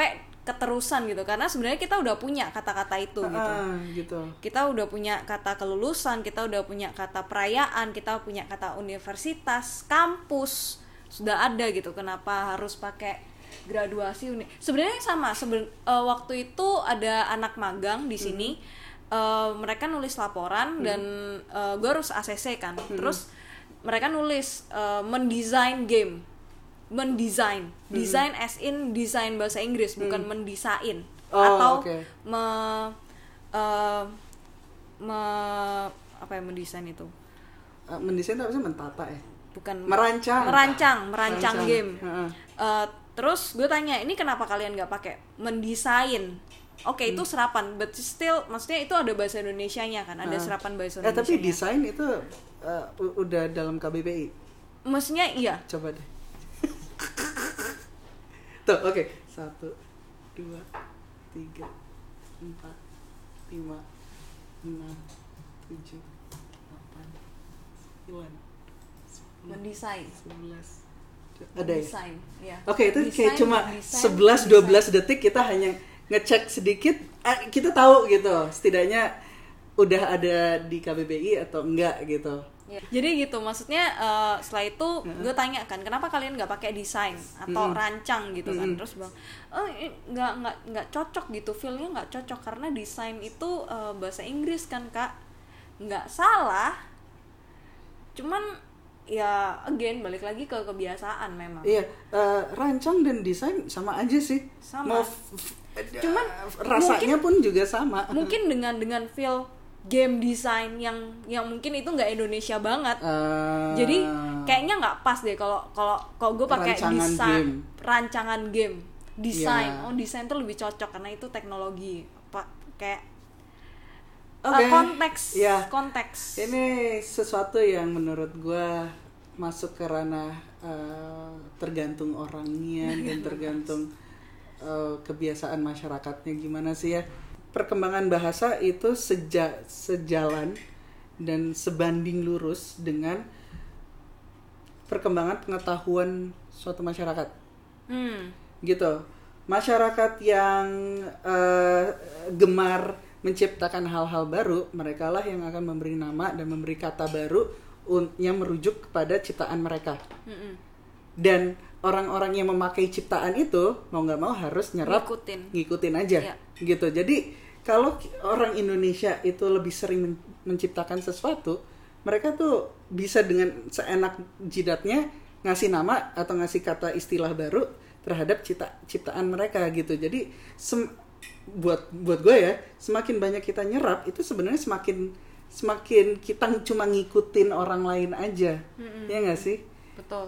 keterusan gitu, karena sebenarnya kita udah punya kata-kata itu gitu. Ah, gitu. Kita udah punya kata kelulusan, kita udah punya kata perayaan, kita punya kata universitas, kampus, sudah ada gitu. Kenapa harus pakai graduasi? Uni- sebenarnya sama. Seben- uh, waktu itu ada anak magang di sini, mm-hmm. uh, mereka nulis laporan, mm-hmm. dan uh, gue harus A C C kan, mm-hmm. terus mereka nulis uh, mendesain game. mendesain, hmm. desain as in desain bahasa Inggris, hmm. bukan mendesain, oh, atau okay. me, uh, me apa ya mendesain itu? Uh, mendesain itu apa sih, mentata ya? Bukan merancang, merancang, merancang, merancang. game. Uh-huh. Uh, terus gue tanya, ini kenapa kalian nggak pakai mendesain? Oke, okay, hmm. itu serapan, but still, maksudnya itu ada bahasa Indonesianya kan, ada uh. serapan bahasa Indonesianya. Eh tapi desain itu uh, udah dalam K B P I? Maksudnya iya. Coba deh. Tuh, oke. Okay. Satu, dua, tiga, empat, lima, enam, tujuh, delapan, sembilan, sepuluh, mendesain, sebelas. Ada ya? ya. Oke, okay, itu design, kayak cuma design, sebelas dua belas detik kita hanya ngecek sedikit, ah, kita tahu gitu. Setidaknya udah ada di K B B I atau enggak gitu. Ya. Jadi gitu, maksudnya uh, setelah itu uh-huh. gue tanya kan, kenapa kalian nggak pakai desain atau hmm. rancang gitu kan? Hmm. Terus bang, oh nggak nggak nggak cocok gitu, feel-nya nggak cocok karena desain itu uh, bahasa Inggris kan kak, nggak salah. Cuman ya again balik lagi ke kebiasaan memang. Iya, uh, rancang dan desain sama aja sih. Sama. Mau f- f- Cuman rasanya mungkin, pun juga sama. Mungkin dengan dengan feel game design yang yang mungkin itu nggak Indonesia banget, uh, jadi kayaknya nggak pas deh kalau kalau kalau gue pakai desain rancangan game desain, yeah. oh desain tuh lebih cocok karena itu teknologi apa kayak okay. uh, konteks yeah. konteks. Ini sesuatu yang menurut gue masuk ke ranah uh, tergantung orangnya dan tergantung uh, kebiasaan masyarakatnya gimana sih ya. Perkembangan bahasa itu seja, sejalan dan sebanding lurus dengan perkembangan pengetahuan suatu masyarakat. Hmm. Gitu. Masyarakat yang uh, gemar menciptakan hal-hal baru, mereka lah yang akan memberi nama dan memberi kata baru un- yang merujuk kepada ciptaan mereka. Hmm. Dan orang-orang yang memakai ciptaan itu mau nggak mau harus nyerap, ngikutin, ngikutin aja, ya. Gitu. Jadi kalau orang Indonesia itu lebih sering men- menciptakan sesuatu, mereka tuh bisa dengan seenak jidatnya ngasih nama atau ngasih kata istilah baru terhadap cipta- ciptaan mereka gitu. Jadi sem- buat buat gue ya, semakin banyak kita nyerap itu sebenarnya semakin semakin kita cuma ngikutin orang lain aja, mm-hmm. ya nggak sih? Betul.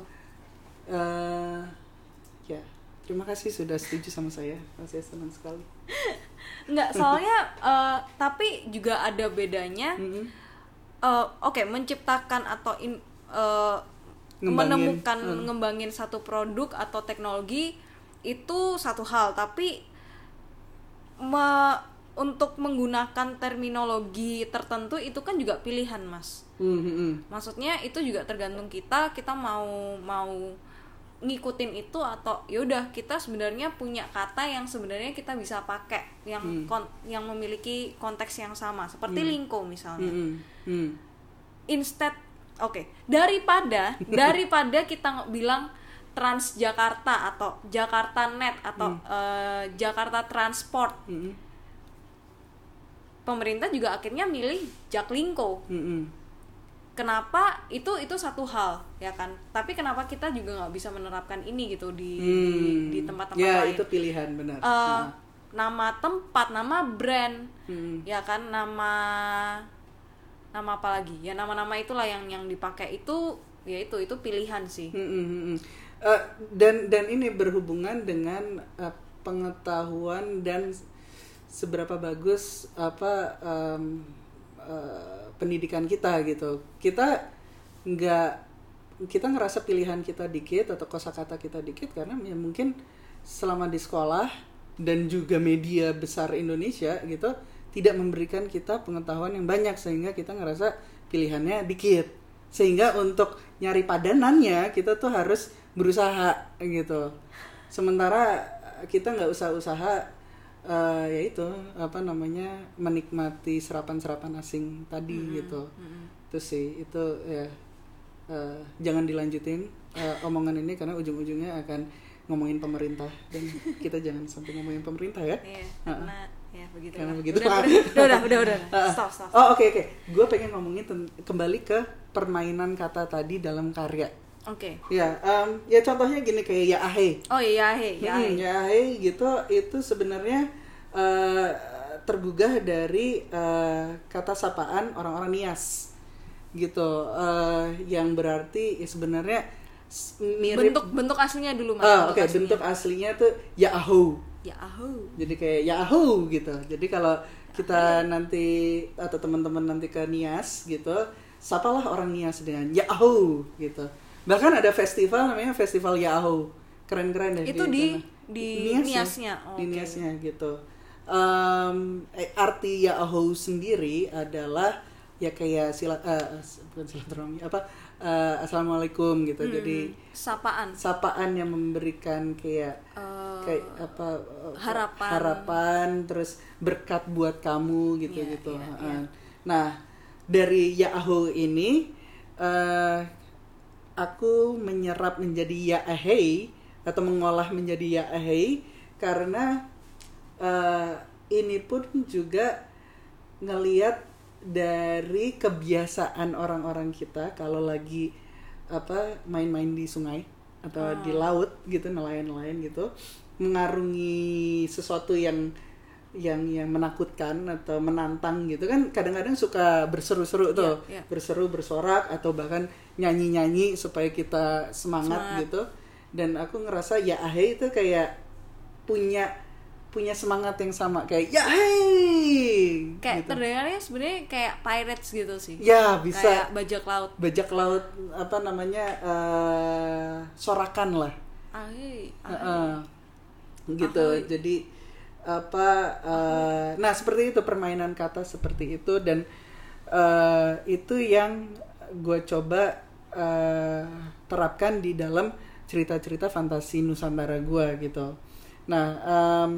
Uh, ya, terima kasih sudah setuju sama saya. Saya senang sekali. Enggak, soalnya uh, tapi juga ada bedanya. Mm-hmm. Uh, Oke, okay, menciptakan atau in, uh, menemukan, hmm. ngembangin satu produk atau teknologi itu satu hal, tapi me, untuk menggunakan terminologi tertentu itu kan juga pilihan, Mas. Mm-hmm. Maksudnya itu juga tergantung kita, kita mau mau ngikutin itu atau yaudah kita sebenarnya punya kata yang sebenarnya kita bisa pakai yang mm. kon, yang memiliki konteks yang sama seperti mm. lingko misalnya. Mm-hmm. Mm. Instead, oke, okay, daripada daripada kita bilang Transjakarta atau Jakarta Net atau mm. uh, Jakarta Transport, mm. pemerintah juga akhirnya milih Jaklingko. Mm-hmm. Kenapa? Itu itu satu hal ya kan. Tapi kenapa kita juga nggak bisa menerapkan ini gitu di hmm. di, di tempat-tempat ya, lain? Ya itu pilihan benar. Uh, nah. Nama tempat, nama brand, hmm. ya kan, nama nama apa lagi? Ya nama-nama itulah yang yang dipakai itu, ya itu itu pilihan sih. Hmm, hmm, hmm. Uh, dan dan ini berhubungan dengan uh, pengetahuan dan seberapa bagus apa um, uh, pendidikan kita gitu. Kita nggak kita ngerasa pilihan kita dikit atau kosakata kita dikit karena ya mungkin selama di sekolah dan juga media besar Indonesia gitu tidak memberikan kita pengetahuan yang banyak sehingga kita ngerasa pilihannya dikit. Sehingga untuk nyari padanannya kita tuh harus berusaha gitu. Sementara kita nggak usah usaha uh, ya itu apa namanya menikmati serapan-serapan asing tadi mm-hmm. gitu. Mm-hmm. Itu sih itu ya uh, jangan dilanjutin uh, omongan ini karena ujung-ujungnya akan ngomongin pemerintah dan kita jangan sampai ngomongin pemerintah ya. Iya, karena ya begitu. Karena begitu. Udah, udah, udah, udah, udah. Stop, stop. stop. Oh oke okay, oke. Okay. Gue pengen ngomongin ten- kembali ke permainan kata tadi dalam karya. Oke. Okay. Ya, um, ya contohnya gini kayak ya ahe. Oh iya ahe, ya ahe. Hmm, ya ahe gitu itu sebenarnya uh, tergugah dari uh, kata sapaan orang-orang Nias gitu, uh, yang berarti ya sebenarnya mirip bentuk bentuk aslinya dulu mas. Oh, oke okay. bentuk aslinya tuh ya ahu. Ya ahu. Jadi kayak ya ahu gitu. Jadi kalau kita nanti atau teman-teman nanti ke Nias gitu, sapalah orang Nias dengan ya ahu gitu. Bahkan ada festival namanya Festival ya ahu. Keren-keren deh. Itu di di, di Niasnya. Oh, di okay. Niasnya gitu. Um, eh, arti ya ahu sendiri adalah ya kayak sila uh, bukan silaturahmi apa uh, assalamualaikum gitu. Hmm, jadi sapaan sapaan yang memberikan kayak uh, kayak apa uh, harapan harapan terus berkat buat kamu gitu yeah, gitu yeah, uh, yeah. Nah dari Yahoo ini uh, aku menyerap menjadi Yaahei atau mengolah menjadi Yaahei karena uh, ini pun juga ngelihat dari kebiasaan orang-orang kita kalau lagi apa main-main di sungai atau oh. di laut gitu nelayan-nelayan gitu mengarungi sesuatu yang yang yang menakutkan atau menantang gitu kan kadang-kadang suka berseru-seru tuh yeah, yeah. berseru bersorak atau bahkan nyanyi-nyanyi supaya kita semangat, semangat. gitu dan aku ngerasa ya ahe itu kayak punya punya semangat yang sama kayak ya hey kayak gitu. Terdengarnya sebenarnya kayak pirates gitu sih ya bisa kayak bajak laut bajak laut apa namanya uh, sorakan lah ahe, ahe. Uh, uh, gitu ahe. Jadi apa uh, nah seperti itu permainan kata seperti itu dan uh, itu yang gue coba uh, terapkan di dalam cerita-cerita fantasi Nusantara gue gitu. Nah um,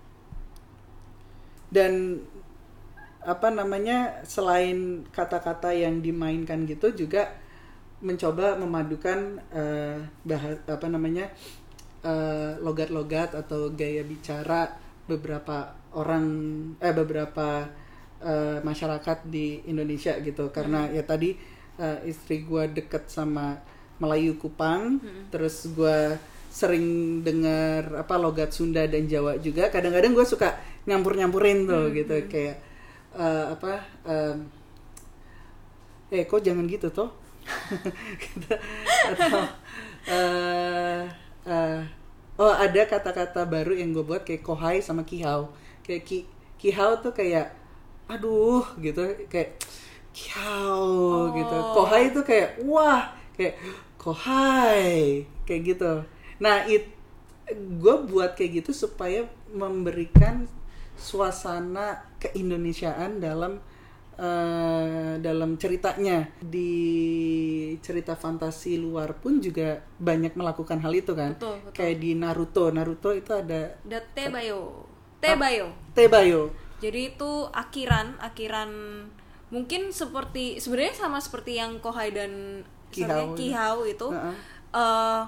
dan apa namanya selain kata-kata yang dimainkan gitu juga mencoba memadukan uh, bahas apa namanya uh, logat-logat atau gaya bicara beberapa orang eh beberapa uh, masyarakat di Indonesia gitu karena hmm. ya tadi uh, istri gue deket sama Melayu Kupang hmm. terus gue sering dengar apa logat Sunda dan Jawa juga kadang-kadang gue suka nyampur-nyampurin tuh hmm, gitu hmm. kayak uh, apa um, eh kok jangan gitu toh gitu. Atau uh, uh, oh ada kata-kata baru yang gue buat kayak kohai sama kihau kayak ki kihau tuh kayak aduh gitu kayak kihau oh. gitu kohai tuh kayak wah kayak kohai kayak gitu. Nah, it gue buat kayak gitu supaya memberikan suasana keindonesiaan dalam uh, dalam ceritanya. Di cerita fantasi luar pun juga banyak melakukan hal itu kan. Betul, betul. Kayak di Naruto. Naruto itu ada ada Tebayo. Tebayo. Tebayo. Jadi itu akhiran, akhiran mungkin seperti sebenarnya sama seperti yang kohai dan kihau, kihau itu. Uh-uh. Uh,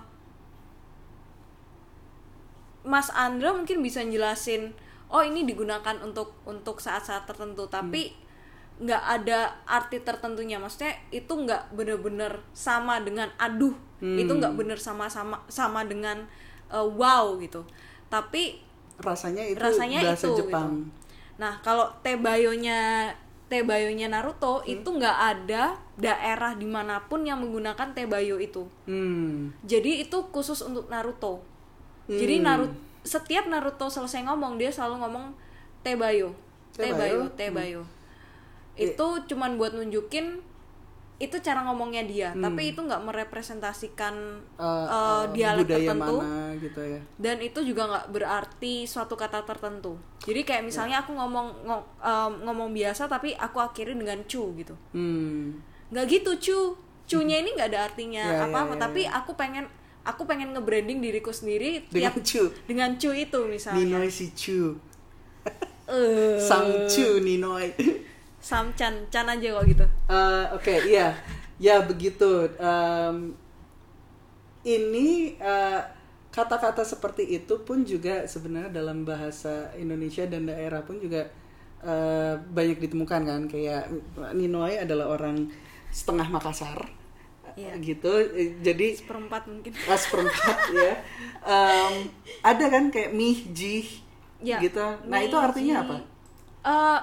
Mas Andra mungkin bisa jelasin, oh ini digunakan untuk untuk saat-saat tertentu, tapi nggak hmm. ada arti tertentunya. Maksudnya itu nggak benar-benar sama dengan aduh, hmm. itu nggak benar sama-sama sama dengan uh, wow gitu. Tapi rasanya itu rasanya bahasa itu, Jepang. Gitu. Nah kalau Tebayo-nya Tebayo-nya Naruto hmm. itu nggak ada daerah dimanapun yang menggunakan Tebayo itu. Hmm. Jadi itu khusus untuk Naruto. Hmm. Jadi Naruto setiap Naruto selesai ngomong dia selalu ngomong Tebayo, Tebayo, Tebayo. Hmm. Itu cuman buat nunjukin itu cara ngomongnya dia, hmm. tapi itu nggak merepresentasikan uh, uh, uh, dialek tertentu, mana, gitu ya. Dan itu juga nggak berarti suatu kata tertentu. Jadi kayak misalnya ya. aku ngomong ngom, um, ngomong biasa, tapi aku akhiri dengan cu gitu. Hmm. Nggak gitu cu, cu-nya ini nggak ada artinya ya, apa-apa, ya, ya, tapi ya. aku pengen aku pengen nge-branding diriku sendiri dengan tiap, Chu dengan Chu itu misalnya. Ninoy si Chu uh, Sang Chu Ninoy Sam Chan Chan aja kok gitu. uh, oke okay, iya ya begitu. Um, ini uh, kata-kata seperti itu pun juga sebenarnya dalam bahasa Indonesia dan daerah pun juga uh, banyak ditemukan kan, kayak Ninoy adalah orang setengah Makassar. Iya. Gitu, jadi seperempat mungkin. Ah, seperempat ya. Um, ada kan kayak mih, jih, ya, gitu. Nah mih, itu artinya jih. apa? Uh,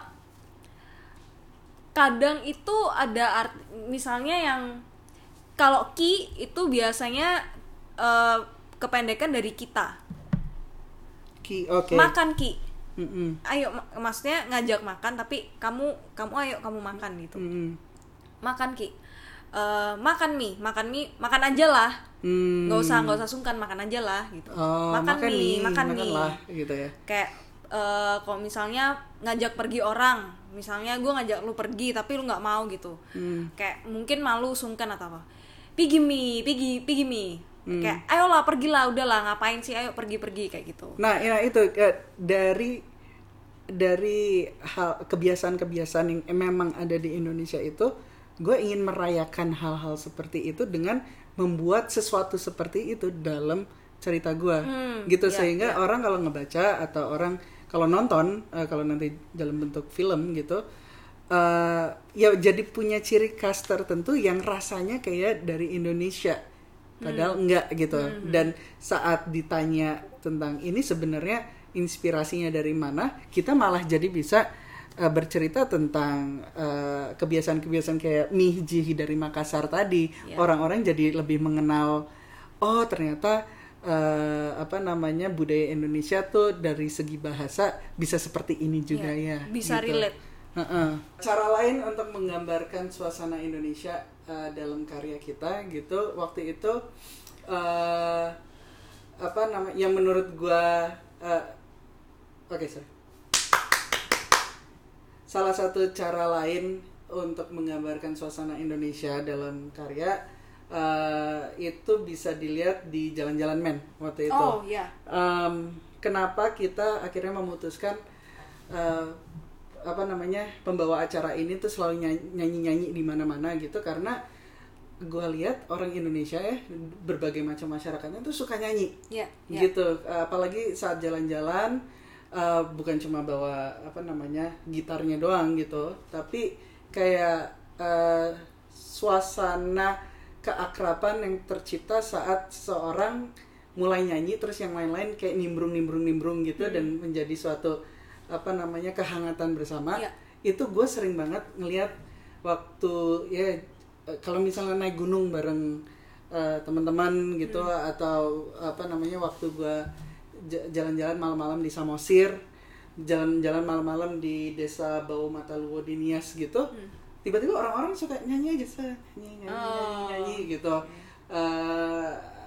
kadang itu ada art, misalnya yang kalau ki itu biasanya uh, kependekan dari kita. Ki, oke. Okay. Makan ki. Mm-mm. Ayo, mak- maksudnya ngajak makan tapi kamu kamu ayo kamu makan gitu. Mm-mm. Makan ki. Uh, makan mie, makan mie, makan aja lah, Hmm. nggak usah nggak usah sungkan, makan aja lah gitu. Oh, makan, makan mie, mie, makan makan mie, lah, gitu ya. Kayak uh, kalau misalnya ngajak pergi orang, misalnya gue ngajak lu pergi tapi lu nggak mau gitu, Hmm. kayak mungkin malu, sungkan atau apa, pergi mie, pergi, pergi mie, Hmm. kayak ayolah pergilah, udahlah ngapain sih, ayo pergi-pergi kayak gitu. Nah, ya itu eh, dari dari hal kebiasaan-kebiasaan yang memang ada di Indonesia itu, gue ingin merayakan hal-hal seperti itu dengan membuat sesuatu seperti itu dalam cerita gue, Hmm, gitu ya, sehingga ya. orang kalau ngebaca atau orang kalau nonton, uh, kalau nanti dalam bentuk film gitu, uh, ya jadi punya ciri khas tertentu yang rasanya kayak dari Indonesia, padahal hmm. enggak gitu. Hmm. Dan saat ditanya tentang ini sebenarnya inspirasinya dari mana, kita malah jadi bisa Uh, bercerita tentang uh, kebiasaan-kebiasaan kayak mih jih dari Makassar tadi. Yeah. Orang-orang jadi lebih mengenal, oh ternyata uh, apa namanya budaya Indonesia tuh dari segi bahasa bisa seperti ini juga yeah. ya. Bisa gitu. relate. Uh-uh. Cara lain untuk menggambarkan suasana Indonesia uh, dalam karya kita gitu, waktu itu uh, apa namanya yang menurut gua uh, oke okay, sorry. Salah satu cara lain untuk menggambarkan suasana Indonesia dalam karya uh, itu bisa dilihat di Jalan-Jalan Men waktu itu. Oh iya. Um, kenapa kita akhirnya memutuskan uh, apa namanya pembawa acara ini tuh selalu nyanyi-nyanyi di mana-mana gitu, karena gue lihat orang Indonesia ya berbagai macam masyarakatnya tuh suka nyanyi. Yeah, yeah. Gitu. Uh, apalagi saat jalan-jalan. Uh, bukan cuma bawa apa namanya gitarnya doang gitu, tapi kayak uh, suasana keakraban yang tercipta saat seorang mulai nyanyi terus yang lain-lain kayak nimbrung nimbrung nimbrung gitu. Hmm. Dan menjadi suatu apa namanya kehangatan bersama. Ya. Itu gue sering banget ngelihat waktu ya kalau misalnya naik gunung bareng uh, teman-teman gitu. Hmm. Atau apa namanya waktu gue jalan-jalan malam-malam di Samosir, jalan-jalan malam-malam di desa Bau Mataluwo di Nias gitu, hmm. tiba-tiba orang-orang suka nyanyi aja, nyanyi, nyanyi, oh. nyanyi, nyanyi gitu. Uh,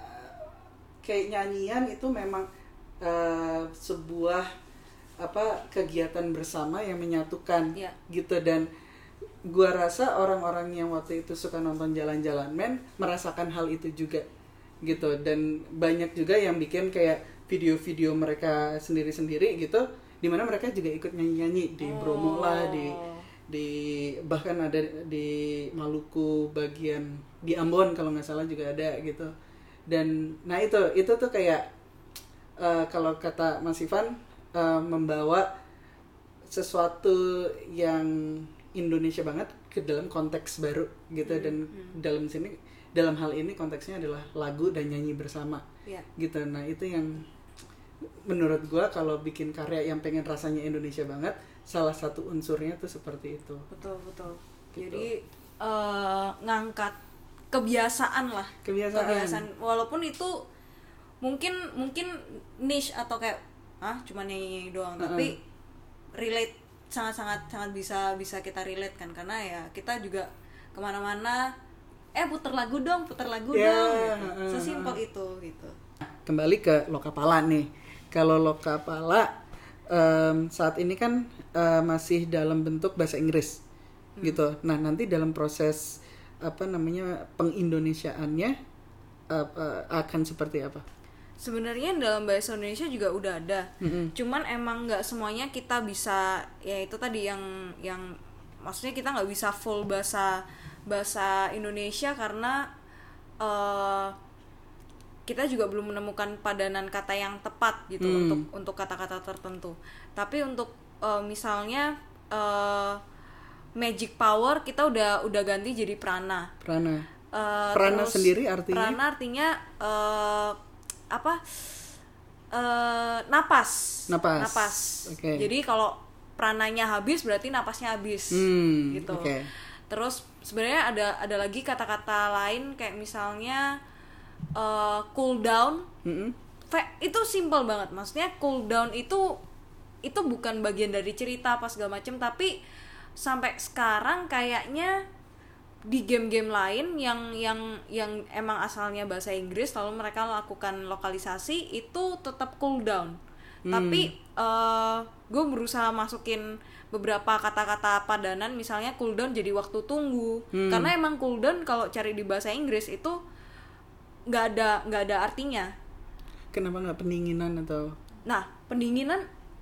kayak nyanyian itu memang uh, sebuah apa kegiatan bersama yang menyatukan, yeah. gitu. Dan gua rasa orang-orang yang waktu itu suka nonton Jalan-Jalan Men merasakan hal itu juga, gitu. Dan banyak juga yang bikin kayak video-video mereka sendiri-sendiri gitu, dimana mereka juga ikut nyanyi-nyanyi di Bromo lah, di di bahkan ada di Maluku bagian di Ambon kalau nggak salah juga ada gitu. Dan nah itu itu tuh kayak uh, kalau kata Mas Ivan uh, membawa sesuatu yang Indonesia banget ke dalam konteks baru gitu. Hmm, dan hmm. dalam sini dalam hal ini konteksnya adalah lagu dan nyanyi bersama, yeah. gitu. Nah itu yang menurut gue kalau bikin karya yang pengen rasanya Indonesia banget, salah satu unsurnya tuh seperti itu. Betul betul. Gitu. Jadi uh, ngangkat kebiasaan lah. Kebiasaan. Kebiasaan. Walaupun itu mungkin mungkin niche atau kayak ah cuma nyanyi doang, uh-uh. tapi relate sangat-sangat sangat bisa bisa kita relate kan, karena ya kita juga kemana-mana eh puter lagu dong, puter lagu yeah, dong. Gitu. Uh, Sesimpel itu gitu. Kembali ke Lokapala nih. Kalau Lokapala um, saat ini kan uh, masih dalam bentuk bahasa Inggris, hmm. gitu. Nah nanti dalam proses apa namanya pengindonesiaannya uh, uh, akan seperti apa? Sebenarnya dalam bahasa Indonesia juga udah ada, mm-hmm. cuman emang nggak semuanya kita bisa, ya itu tadi yang yang maksudnya kita nggak bisa full bahasa bahasa Indonesia karena uh, kita juga belum menemukan padanan kata yang tepat gitu mm. untuk untuk kata-kata tertentu. Tapi untuk uh, misalnya uh, magic power kita udah udah ganti jadi prana. Prana. Uh, prana terus, sendiri artinya? Prana artinya uh, apa uh, napas napas, napas. Okay. Jadi kalau prananya habis berarti napasnya habis, hmm, gitu. Okay. Terus sebenarnya ada ada lagi kata-kata lain kayak misalnya uh, cool down. Mm-hmm. Itu simple banget, maksudnya cool down itu itu bukan bagian dari cerita apa segala macam, tapi sampai sekarang kayaknya di game-game lain yang yang yang emang asalnya bahasa Inggris lalu mereka lakukan lokalisasi itu tetap cooldown. Hmm. Tapi uh, gue berusaha masukin beberapa kata-kata padanan, misalnya cooldown jadi waktu tunggu. Hmm. Karena emang cooldown kalau cari di bahasa Inggris itu nggak ada nggak ada artinya. Kenapa nggak pendinginan atau? Nah, pendinginan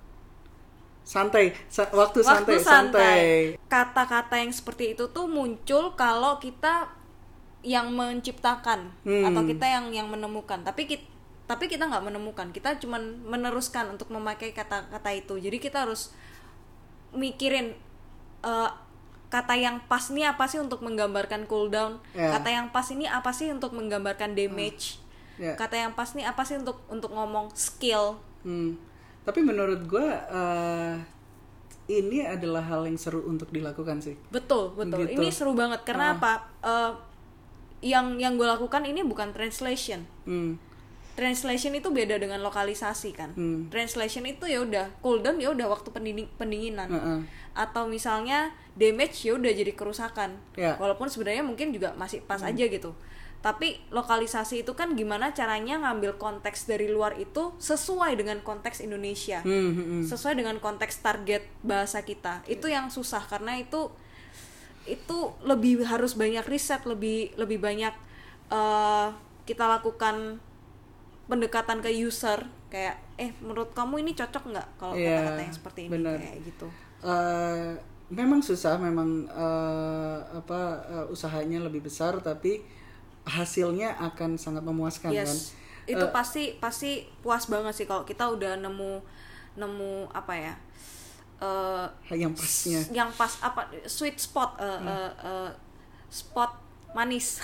santai, sa- waktu, waktu santai, santai. santai. Kata-kata yang seperti itu tuh muncul kalau kita yang menciptakan hmm. atau kita yang yang menemukan. Tapi kita tapi kita nggak menemukan, kita cuman meneruskan untuk memakai kata-kata itu. Jadi kita harus mikirin uh, kata yang pas ini apa sih untuk menggambarkan cooldown, yeah. kata yang pas ini apa sih untuk menggambarkan damage, hmm. yeah. kata yang pas ini apa sih untuk untuk ngomong skill. Hmm. Tapi menurut gue uh, ini adalah hal yang seru untuk dilakukan sih. Betul, betul. Gitu. Ini seru banget karena uh. apa? Uh, yang yang gue lakukan ini bukan translation. Hmm. Translation itu beda dengan lokalisasi kan. Hmm. Translation itu ya udah cooldown, ya udah waktu pendingin, pendinginan. Uh-uh. Atau misalnya damage ya udah jadi kerusakan. Yeah. Walaupun sebenarnya mungkin juga masih pas hmm. aja gitu. Tapi lokalisasi itu kan gimana caranya ngambil konteks dari luar itu sesuai dengan konteks Indonesia, hmm, hmm. sesuai dengan konteks target bahasa kita. Itu yang susah karena itu itu lebih harus banyak riset, lebih lebih banyak uh, kita lakukan pendekatan ke user kayak eh menurut kamu ini cocok nggak kalau yeah, kata-kata yang seperti ini, bener. Kayak gitu. Uh, memang susah, memang uh, apa uh, usahanya lebih besar tapi hasilnya akan sangat memuaskan. Yes. Kan itu uh, pasti pasti puas banget sih kalau kita udah nemu nemu apa ya uh, yang pasnya yang pas apa sweet spot uh, hmm. uh, uh, spot manis.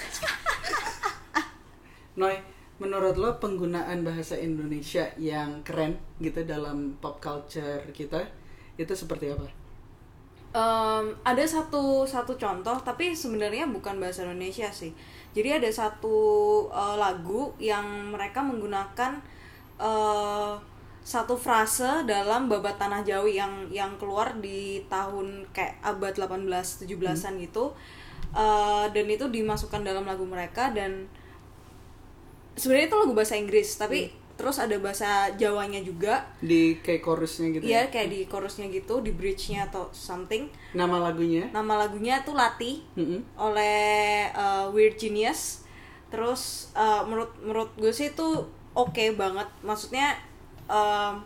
Noi, menurut lo penggunaan bahasa Indonesia yang keren gitu dalam pop culture kita itu seperti apa? Um, ada satu satu contoh tapi sebenarnya bukan bahasa Indonesia sih. Jadi ada satu uh, lagu yang mereka menggunakan uh, satu frase dalam babat Tanah Jawi yang yang keluar di tahun kayak abad delapan belas tujuh belasan hmm. gitu. Uh, dan itu dimasukkan dalam lagu mereka dan sebenarnya itu lagu bahasa Inggris tapi hmm. terus ada bahasa Jawanya juga di kayak chorusnya gitu. Iya, kayak di chorusnya gitu, di bridge-nya atau something. Nama lagunya? Nama lagunya tuh Lati mm-hmm. oleh uh, Weird Genius. Terus uh, menurut menurut gue sih itu oke okay banget. Maksudnya um,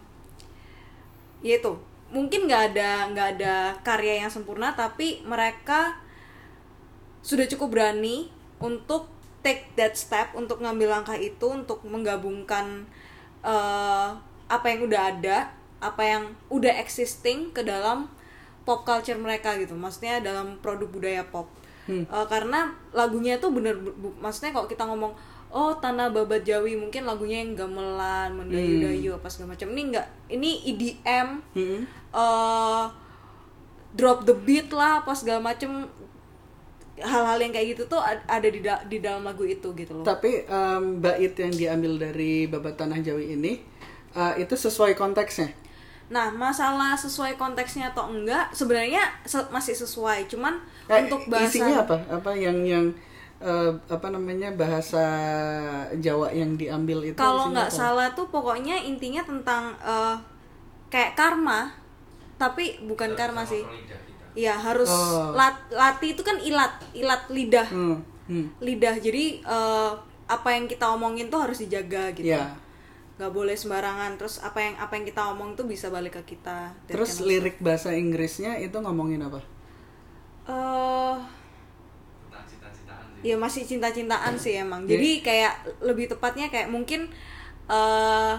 ya itu, mungkin nggak ada nggak ada karya yang sempurna tapi mereka sudah cukup berani untuk take that step, untuk ngambil langkah itu, untuk menggabungkan uh, apa yang udah ada, apa yang udah existing ke dalam pop culture mereka gitu. Maksudnya dalam produk budaya pop. Hmm. Uh, karena lagunya tuh bener, bu, maksudnya kalau kita ngomong oh Tanah Babat Jawi mungkin lagunya yang gamelan, mendayu-dayu hmm. apa segala macam. Ini enggak, ini E D M, hmm. uh, drop the beat lah, apa segala macam. Hal-hal yang kayak gitu tuh ada di da- di dalam lagu itu gitu loh. Tapi um, bait yang diambil dari Babat Tanah Jawi ini uh, itu sesuai konteksnya. Nah, masalah sesuai konteksnya atau enggak sebenarnya se- masih sesuai, cuman eh, untuk bahasa isinya apa? Apa yang yang uh, apa namanya bahasa Jawa yang diambil itu? Kalau nggak salah tuh pokoknya intinya tentang uh, kayak karma, tapi bukan karma sih. Iya harus oh. lat, lati itu kan ilat ilat lidah hmm. Hmm. lidah jadi uh, apa yang kita omongin tuh harus dijaga gitu. Yeah. Nggak boleh sembarangan. Terus apa yang apa yang kita omong tuh bisa balik ke kita. Terus lirik bahasa Inggrisnya itu ngomongin apa? Eh Tentang cinta-cintaan sih. ya masih cinta-cintaan sih emang. Yeah. Jadi kayak lebih tepatnya kayak mungkin eh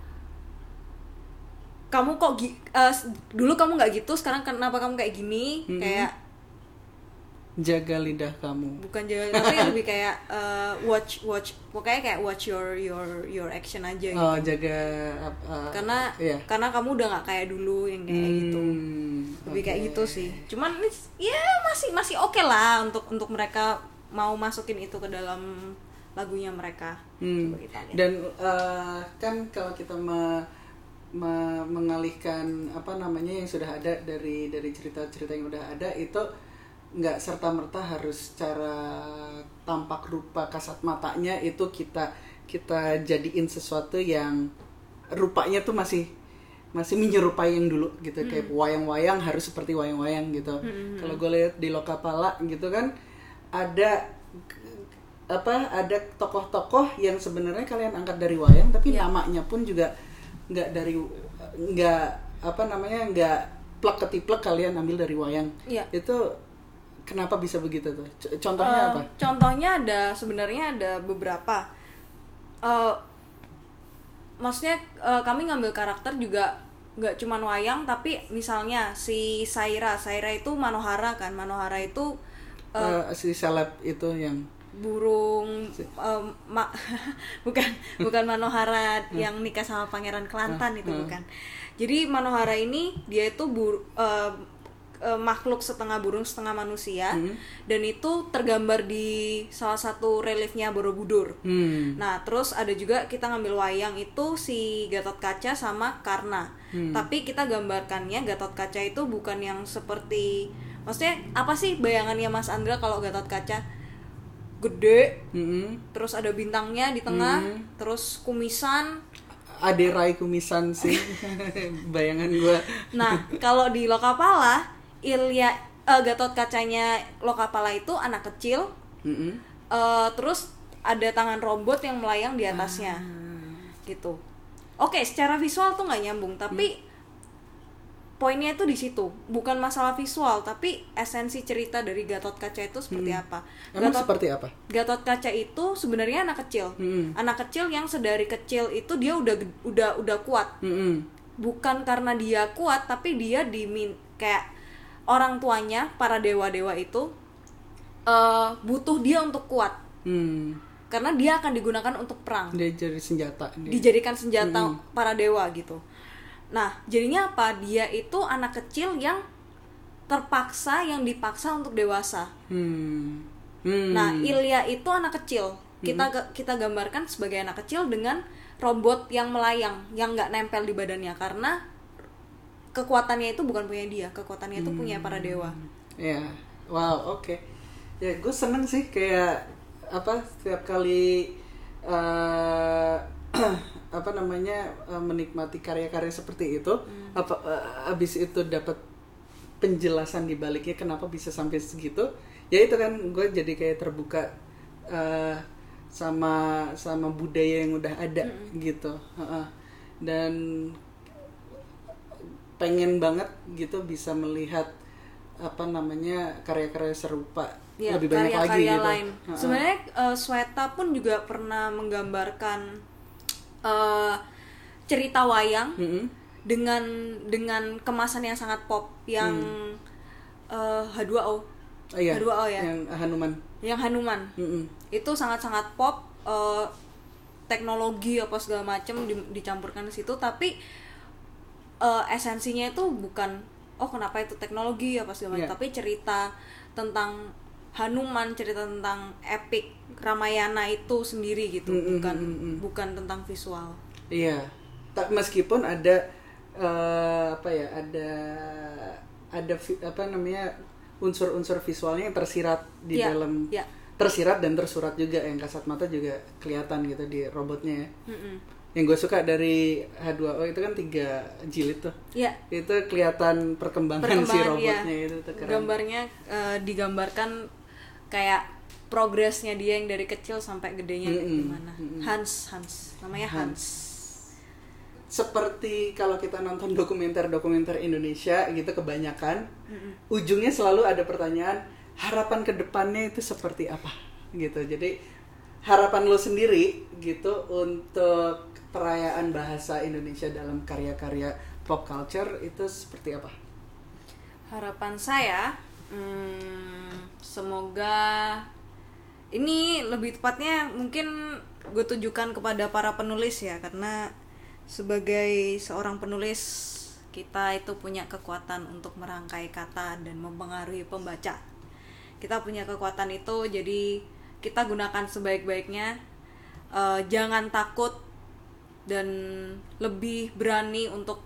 kamu kok gi- uh, dulu kamu nggak gitu, sekarang kenapa kamu kayak gini? Mm-hmm. Kayak jaga lidah kamu. Bukan jaga, tapi lebih kayak uh, watch watch pokoknya kayak watch your your your action aja gitu. Oh, jaga uh, karena iya. karena kamu udah nggak kayak dulu yang kayak hmm, gitu. Lebih okay. kayak gitu sih. Cuman ya masih masih oke okay lah untuk untuk mereka mau masukin itu ke dalam lagunya mereka. Hmm. Dan uh, kan kalau kita me, me, mengalihkan apa namanya yang sudah ada dari dari cerita-cerita yang udah ada itu nggak serta-merta harus cara tampak rupa kasat matanya itu kita kita jadiin sesuatu yang rupanya tuh masih masih menyerupai yang dulu gitu. Hmm. Kayak wayang-wayang harus seperti wayang-wayang gitu. Hmm. Kalau gue lihat di Lokapala gitu kan ada apa ada tokoh-tokoh yang sebenarnya kalian angkat dari wayang tapi yeah. namanya pun juga nggak dari nggak apa namanya nggak plek ketiplek kalian ambil dari wayang. Yeah. Itu kenapa bisa begitu tuh? Contohnya uh, apa? Contohnya ada sebenarnya ada beberapa. Uh, maksudnya uh, kami ngambil karakter juga nggak cuma wayang, tapi misalnya si Saira, Saira itu Manohara kan, Manohara itu uh, uh, si seleb itu yang burung uh, ma- bukan bukan Manohara yang nikah sama Pangeran Kelantan uh, itu uh. bukan. Jadi Manohara ini dia itu bur uh, makhluk setengah burung setengah manusia, hmm. dan itu tergambar di salah satu reliefnya Borobudur. Hmm. Nah terus ada juga kita ngambil wayang itu si Gatotkaca sama Karna. Hmm. Tapi kita gambarkannya Gatotkaca itu bukan yang seperti, maksudnya apa sih bayangannya Mas Andra kalau Gatotkaca? Gede, hmm. terus ada bintangnya di tengah, hmm. terus kumisan. Aderai kumisan sih bayangan gue. Nah kalau di Lokapala Ilya uh, Gatotkaca-nya Lokapala itu anak kecil, mm-hmm. uh, terus ada tangan robot yang melayang di atasnya, ah. gitu. Oke, secara visual tuh nggak nyambung, tapi mm. poinnya itu di situ, bukan masalah visual, tapi esensi cerita dari Gatotkaca itu seperti mm. apa? Emang Gatot, seperti apa? Gatotkaca itu sebenarnya anak kecil, mm. anak kecil yang sedari kecil itu dia udah udah udah kuat, mm-hmm. bukan karena dia kuat, tapi dia dimin kayak orang tuanya, para dewa-dewa itu uh, butuh dia untuk kuat, hmm. karena dia akan digunakan untuk perang. Dia jadi senjata. Dia. Dijadikan senjata hmm. para dewa gitu. Nah, jadinya apa? Dia itu anak kecil yang terpaksa, yang dipaksa untuk dewasa. Hmm. Hmm. Nah, Ilya itu anak kecil. Kita hmm. kita gambarkan sebagai anak kecil dengan robot yang melayang, yang nggak nempel di badannya, karena kekuatannya itu bukan punya dia, kekuatannya itu hmm. punya para dewa. Ya, yeah. Wow, oke. Okay. Ya, gue seneng sih kayak apa setiap kali uh, apa namanya uh, menikmati karya-karya seperti itu, hmm. apa uh, abis itu dapat penjelasan di baliknya kenapa bisa sampai segitu. Ya itu kan gue jadi kayak terbuka uh, sama sama budaya yang udah ada hmm. gitu. Uh-uh. Dan pengen banget gitu bisa melihat apa namanya karya-karya serupa ya, lebih banyak lagi gitu. Lain. Uh-uh. Sebenarnya uh, Sweta pun juga pernah menggambarkan uh, cerita wayang mm-hmm. dengan dengan kemasan yang sangat pop yang mm. uh, H dua O. Oh, iya. H dua O ya. Yang Hanuman. Yang Hanuman. Mm-hmm. Itu sangat-sangat pop, uh, teknologi apa segala macam di- dicampurkan ke situ, tapi Uh, esensinya itu bukan oh kenapa itu teknologi apa segala macam, yeah. tapi cerita tentang Hanuman, cerita tentang epic Ramayana itu sendiri gitu, mm-hmm, bukan mm-hmm. bukan tentang visual. Iya, tak meskipun ada uh, apa ya ada ada apa namanya unsur-unsur visualnya yang tersirat di yeah, dalam yeah. tersirat dan tersurat juga, yang kasat mata juga kelihatan gitu di robotnya ya. Mm-hmm. Yang gue suka dari H dua O itu kan tiga jilid tuh. Iya. Itu kelihatan perkembangan, perkembangan si robotnya, iya. Itu tuh keren. Gambarnya uh, digambarkan kayak progresnya dia yang dari kecil sampai gedenya kayak Mm-mm. gimana. Mm-mm. Hans Hans namanya Hans. Seperti kalau kita nonton dokumenter-dokumenter Indonesia gitu kebanyakan, mm-mm. ujungnya selalu ada pertanyaan harapan ke depannya itu seperti apa gitu. Jadi harapan lo sendiri gitu untuk perayaan bahasa Indonesia dalam karya-karya pop culture itu seperti apa? Harapan saya, hmm, semoga ini lebih tepatnya mungkin gue tujukan kepada para penulis ya, karena sebagai seorang penulis kita itu punya kekuatan untuk merangkai kata dan mempengaruhi pembaca. Kita punya kekuatan itu, jadi kita gunakan sebaik-baiknya. Uh, jangan takut dan lebih berani untuk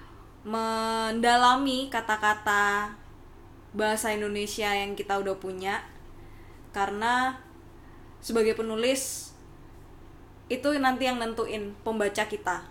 mendalami kata-kata bahasa Indonesia yang kita udah punya, karena sebagai penulis itu nanti yang nentuin pembaca kita.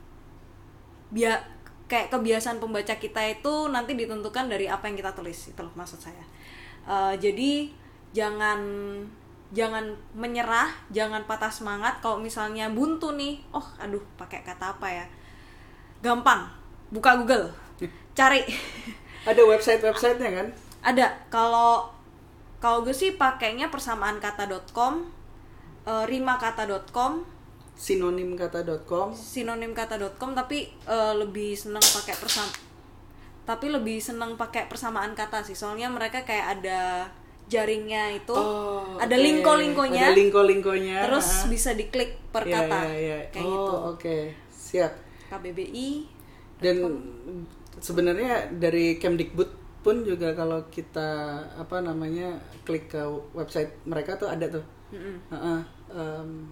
Bia- kayak kebiasaan pembaca kita itu nanti ditentukan dari apa yang kita tulis, itu loh maksud saya. Uh, jadi jangan jangan menyerah, jangan patah semangat. Kalau misalnya buntu nih, oh aduh pakai kata apa ya, gampang, buka Google, cari. Ada website-websitenya kan? Ada. Kalau kalau gue sih pakainya persamaan kata dot com, uh, rimakata dot com, sinonimkata dot com, sinonimkata dot com, tapi uh, lebih seneng pakai persam tapi lebih seneng pakai persamaan kata sih, soalnya mereka kayak ada jaringnya itu, oh, ada okay. linko-linkonya, ada linko-linkonya, terus uh-huh. bisa diklik per yeah, kata, yeah, yeah. kayak oh, gitu. Oke, okay. Siap. K B B I. Dan sebenarnya dari Kemdikbud pun juga kalau kita apa namanya klik ke website mereka tuh ada tuh. Uh-uh. Um,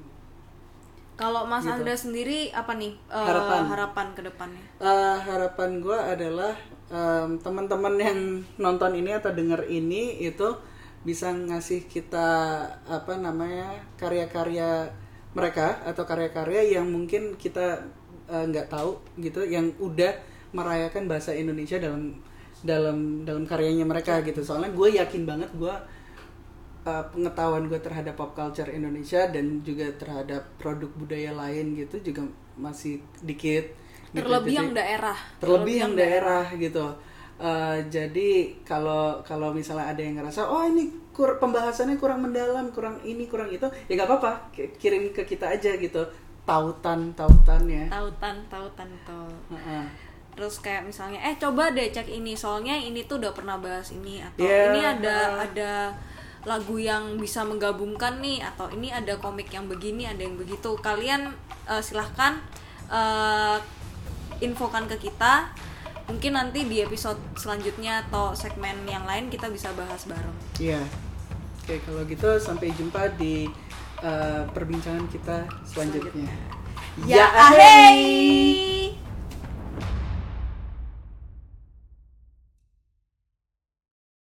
Kalau Mas gitu. Andra sendiri apa nih uh, harapan harapan ke depannya? Uh, harapan gue adalah um, teman-teman yang nonton ini atau denger ini itu bisa ngasih kita apa namanya karya-karya mereka atau karya-karya yang mungkin kita nggak uh, tahu gitu, yang udah merayakan bahasa Indonesia dalam dalam dalam karyanya mereka gitu. Soalnya gue yakin banget gue uh, pengetahuan gue terhadap pop culture Indonesia dan juga terhadap produk budaya lain gitu juga masih dikit. Terlebih gitu. yang Jadi, daerah. Terlebih, Terlebih yang, yang daerah, daerah gitu. Uh, jadi kalau kalau misalnya ada yang ngerasa oh ini kur, pembahasannya kurang mendalam, kurang ini, kurang itu, ya nggak apa-apa, kirim ke kita aja gitu. Tautan, tautannya. Tautan, tautan tuh. Uh-uh. Terus kayak misalnya, eh coba deh cek ini, soalnya ini tuh udah pernah bahas ini, atau yeah. ini ada ada lagu yang bisa menggabungkan nih, atau ini ada komik yang begini, ada yang begitu. Kalian uh, silahkan uh, infokan ke kita. Mungkin nanti di episode selanjutnya atau segmen yang lain kita bisa bahas bareng. Iya. Yeah. Oke, kalau gitu sampai jumpa di uh, perbincangan kita selanjutnya. Ya ahey.